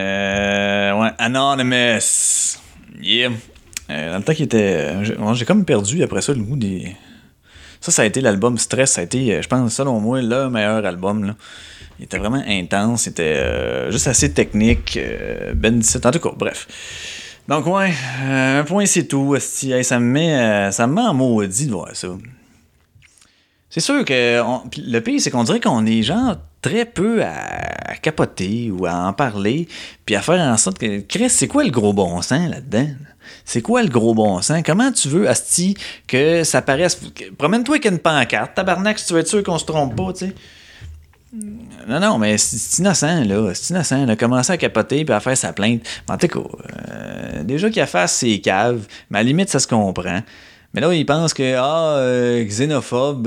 temps. Ouais, Anonymous. Yeah. Dans le temps qu'il était... j'ai comme perdu, après ça, le goût des... Ça a été l'album Stress. Ça a été, je pense, selon moi, le meilleur album, là. Il était vraiment intense. Il était juste assez technique. Ben 17, en tout cas, bref. Donc, ouais, un point, c'est tout. Hey, ça me met en maudit de voir ça. C'est sûr que le pire, c'est qu'on dirait qu'on est genre très peu à capoter ou à en parler, puis à faire en sorte que... Chris, c'est quoi le gros bon sens là-dedans? C'est quoi le gros bon sens? Comment tu veux, asti, que ça paraisse... Promène-toi avec une pancarte, tabarnak, si tu veux être sûr qu'on se trompe pas, tu sais. Non, mais c'est innocent, là. C'est innocent. On a commencé à capoter puis à faire sa plainte. En tout cas, déjà qu'il a fait ses caves, mais à la limite, ça se comprend. Mais là, il pense que, xénophobe,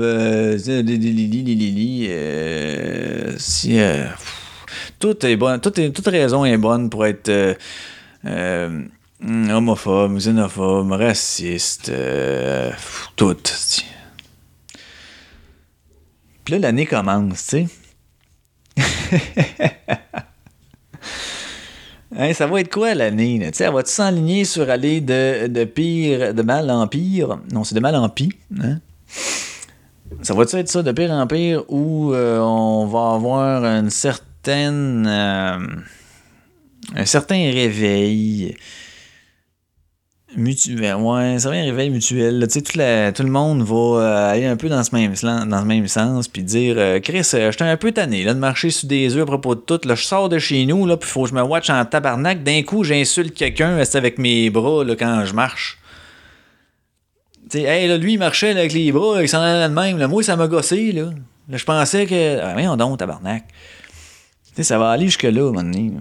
tout est bon, toute raison est bonne pour être homophobe, xénophobe, raciste, tout. Puis là, l'année commence, tu sais. Hein, ça va être quoi l'année? Tu sais, elle va-tu s'enligner sur aller de pire, de mal en pire? Non, c'est de mal en pis. Hein? Ça va-tu être ça, de pire en pire, où on va avoir une certaine... un certain réveil mutuel. Ouais, un certain réveil mutuel. Là. Tu sais, tout le monde va aller un peu dans ce même sens, puis dire Chris, j'étais un peu tanné là, de marcher sur des œufs à propos de tout. Là, je sors de chez nous, là, puis faut que je me watch en tabarnak. D'un coup, j'insulte quelqu'un avec mes bras là, quand je marche. Tu sais, hey, là, lui, il marchait là, avec les bras, il s'en allait de même. Là. Moi, ça m'a gossé. Là, je pensais que. Ah, voyons donc, tabarnak. Tu sais, ça va aller jusque-là, à un moment donné.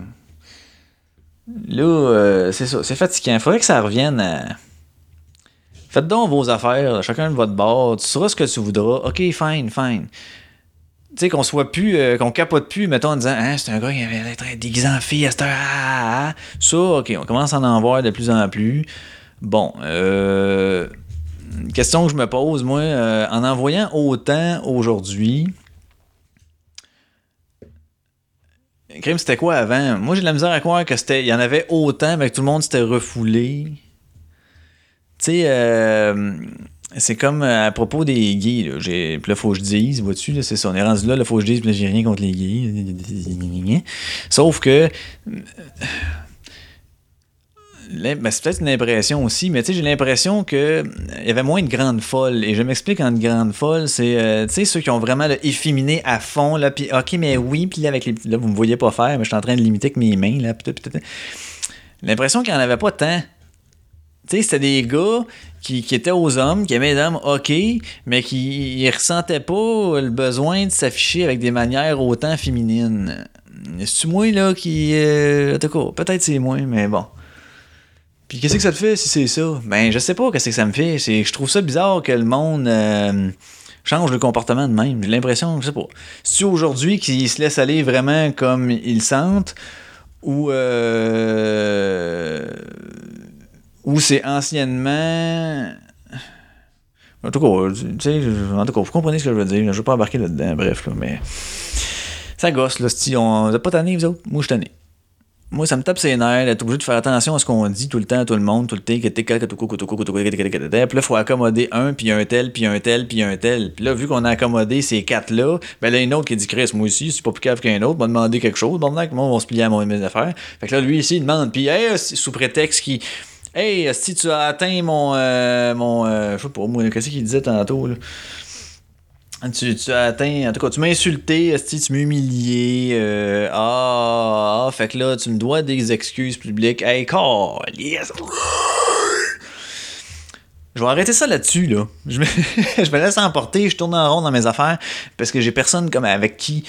Là, c'est ça, c'est fatigant. Faudrait que ça revienne à. Faites donc vos affaires, là, chacun de votre bord, tu sauras ce que tu voudras. Ok, fine. Tu sais, qu'on soit plus, qu'on capote plus, mettons, en disant, hein, c'est un gars qui avait l'air déguisé en fille à cette heure. Ça, ok, on commence à en voir de plus en plus. Bon, une question que je me pose, moi, en voyant autant aujourd'hui. Crime, c'était quoi avant? Moi, j'ai de la misère à croire que il y en avait autant, mais que tout le monde s'était refoulé. Tu sais, c'est comme à propos des gays. Là. Puis là, faut que je dise, vois-tu, là, c'est ça. On est rendu là, faut que je dise, puis là, j'ai rien contre les gays. Sauf que. Ben, c'est peut-être une impression aussi, mais tu sais, j'ai l'impression que il y avait moins de grandes folles. Et je m'explique en grande folle, c'est tu sais, ceux qui ont vraiment là, efféminé à fond, là, puis ok, mais oui, puis là, avec les. Là, vous me voyez pas faire, mais je suis en train de limiter avec mes mains, là, l'impression qu'il n'y en avait pas tant. Tu sais, c'était des gars qui étaient aux hommes, qui aimaient les hommes, ok, mais qui ressentaient pas le besoin de s'afficher avec des manières autant féminines. C'est-tu moi, là, qui. En tout cas, peut-être c'est moi, mais bon. Puis qu'est-ce que ça te fait si c'est ça? Ben, je sais pas qu'est-ce que ça me fait. Je trouve ça bizarre que le monde change le comportement de même. J'ai l'impression, je sais pas. C'est-tu aujourd'hui qu'ils se laissent aller vraiment comme ils sentent ou c'est anciennement. En tout cas, tu sais, vous comprenez ce que je veux dire. Je veux pas embarquer là-dedans, bref, là, mais. Ça gosse, là, si on. Vous êtes pas tanné, vous autres? Moi, je suis tanné. Moi, ça me tape ses nerfs d'être obligé de faire attention à ce qu'on dit tout le temps à tout le monde, tout le temps, puis là, il faut accommoder un, puis un tel, puis un tel, puis un tel. Puis là, vu qu'on a accommodé ces quatre-là, ben là, il y a un autre qui dit Chris, moi aussi, c'est pas plus cave qu'un autre, m'a demandé quelque chose, bon, là, moi, on va se plier à mes affaires. Fait que là, lui ici, il demande, puis hey, sous prétexte qu'il. Hey, si tu as atteint mon je sais pas, moi, qu'est-ce qu'il disait tantôt, là? Tu as atteint, en tout cas, tu m'as insulté, tu m'as humilié, fait que là, tu me dois des excuses publiques. Hey, yes. Je vais arrêter ça là-dessus, là. Je me laisse emporter, je tourne en rond dans mes affaires, parce que j'ai personne comme avec qui,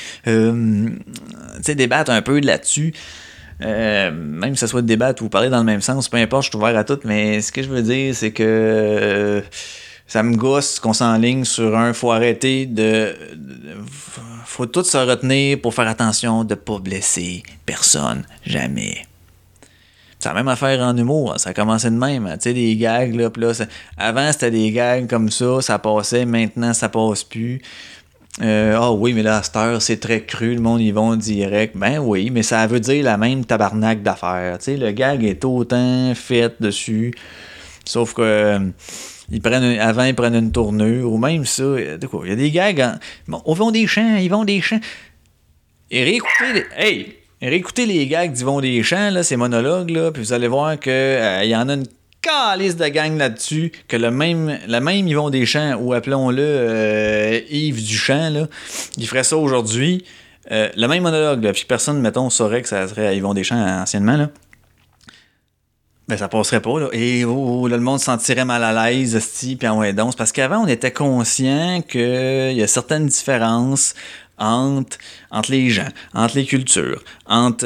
débattre un peu là-dessus. Même que ce soit débattre ou parler dans le même sens, peu importe, je suis ouvert à tout, mais ce que je veux dire, c'est que ça me gosse qu'on s'enligne sur un faut arrêter faut tout se retenir pour faire attention de pas blesser personne, jamais. C'est la même affaire en humour, ça a commencé de même, tu sais, des gags, là, pis là, avant c'était des gags comme ça passait, maintenant ça passe plus. Oui, mais là, à cette heure, c'est très cru, le monde y va direct. Ben oui, mais ça veut dire la même tabarnak d'affaires. Tu sais, le gag est autant fait dessus, sauf que ils prennent une tournure, ou même ça, de quoi, il y a des gags, ils vont des champs. Et réécoutez les gags d'Yvon Deschamps, là, ces monologues, là, puis vous allez voir que y en a une calice de gang là-dessus, que la même Yvon Deschamps, ou appelons-le Yves Duchamp, là, il ferait ça aujourd'hui, le même monologue, là, puis personne, mettons, saurait que ça serait à Yvon Deschamps anciennement, là. Ben, ça passerait pas, là. Et là, le monde se sentirait mal à l'aise, puis en ouais, donc. Parce qu'avant, on était conscient qu'il y a certaines différences entre les gens, entre les cultures, entre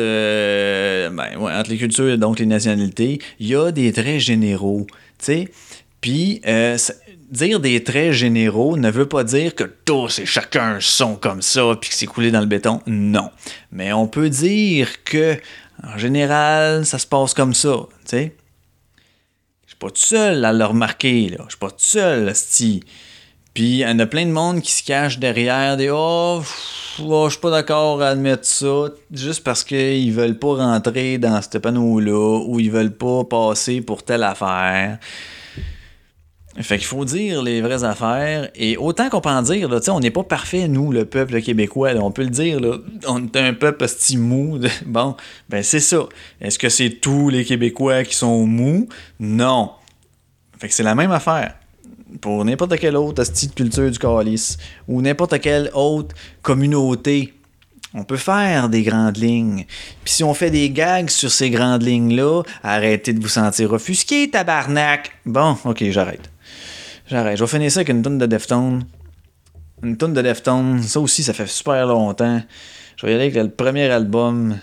les cultures et donc les nationalités. Il y a des traits généraux, tu sais. Puis, dire des traits généraux ne veut pas dire que tous et chacun sont comme ça, puis que c'est coulé dans le béton. Non. Mais on peut dire que en général, ça se passe comme ça, tu sais. Je suis pas tout seul à le remarquer, là. Je suis pas tout seul, sti. Puis il y en a plein de monde qui se cache derrière des je suis pas d'accord à admettre ça, juste parce qu'ils veulent pas rentrer dans ce panneau-là, ou ils veulent pas passer pour telle affaire. Fait qu'il faut dire les vraies affaires. Et autant qu'on peut en dire, là, on n'est pas parfait, nous, le peuple québécois. Là, on peut le dire, là, on est un peuple mou. Bon, ben c'est ça. Est-ce que c'est tous les Québécois qui sont mous? Non. Fait que c'est la même affaire. Pour n'importe quelle autre hostie de culture du calice ou n'importe quelle autre communauté, on peut faire des grandes lignes. Puis si on fait des gags sur ces grandes lignes-là, arrêtez de vous sentir offusqué, tabarnak! Bon, ok, j'arrête. Je vais finir ça avec une toune de Deftones. Une toune de Deftones, ça aussi, ça fait super longtemps. Je vais y aller avec le premier album.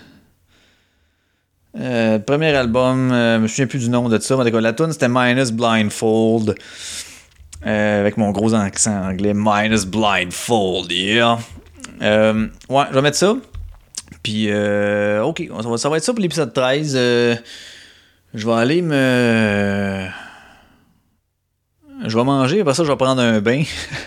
Je me souviens plus du nom de ça. Mais la toune, c'était Minus Blindfold. Avec mon gros accent anglais. Minus Blindfold, yeah. Ouais, je vais mettre ça. Puis, ok, ça va être ça pour l'épisode 13. Je vais aller je vais manger, après ça, je vais prendre un bain.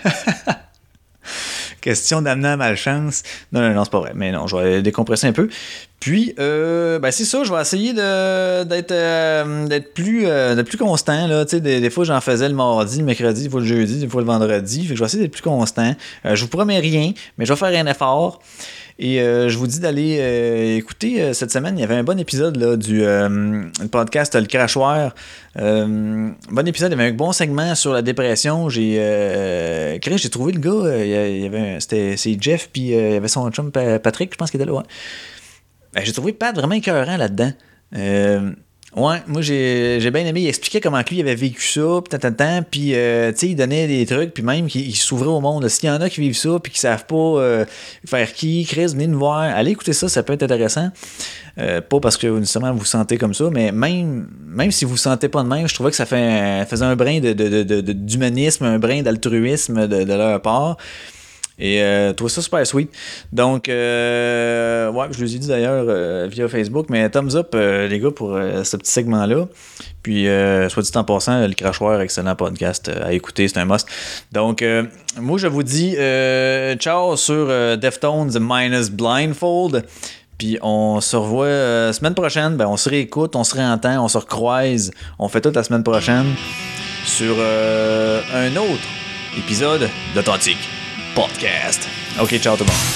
Question d'amener à malchance. Non, c'est pas vrai. Mais non, je vais décompresser un peu. Puis, ben c'est ça, je vais essayer d'être plus constant. Là. Des fois, j'en faisais le mardi, le mercredi, des fois le jeudi, des fois le vendredi. Fait que je vais essayer d'être plus constant. Je vous promets rien, mais je vais faire un effort. Et je vous dis d'aller écouter cette semaine. Il y avait un bon épisode là, du podcast Le Crachoir. Bon épisode, il y avait un bon segment sur la dépression. J'ai trouvé le gars. C'est Jeff, puis il y avait son chum Patrick, je pense qu'il était là. Ouais. Ben, j'ai trouvé Pat vraiment écœurant là-dedans. Ouais, moi j'ai bien aimé. Il expliquait comment lui il avait vécu ça, puis il donnait des trucs, puis même qu'il s'ouvrait au monde. S'il y en a qui vivent ça, puis qui savent pas faire qui, Chris, venez nous voir. Allez écouter ça, ça peut être intéressant. Pas parce que nécessairement vous vous sentez comme ça, mais même si vous vous sentez pas de même, je trouvais que ça faisait un brin d'humanisme, un brin d'altruisme de leur part. Et je trouve ça super sweet. Donc, ouais, je les ai dit d'ailleurs via Facebook, mais thumbs up, les gars, pour ce petit segment-là. Puis, soit dit en passant, Le Crachoir, excellent podcast à écouter, c'est un must. Donc, moi, je vous dis ciao sur Deftones Minus Blindfold. Puis, on se revoit semaine prochaine. Ben, on se réécoute, on se réentend, on se recroise. On fait tout la semaine prochaine sur un autre épisode d'Authentique Podcast. Ok, ciao tout le monde.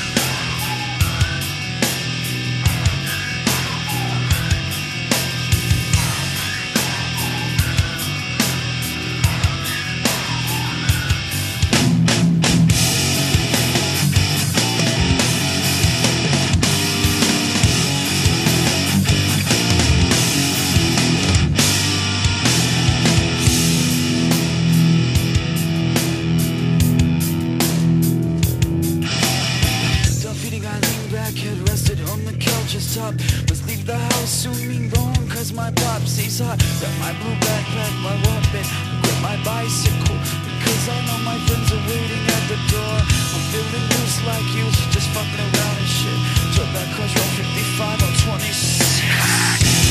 Must leave the house soon, mean wrong, cause my pop stays hot. Got my blue backpack, my weapon, grab my bicycle, because I know my friends are waiting at the door. I'm feeling loose like you, just fucking around and shit. Drop that crush on 55 on 26.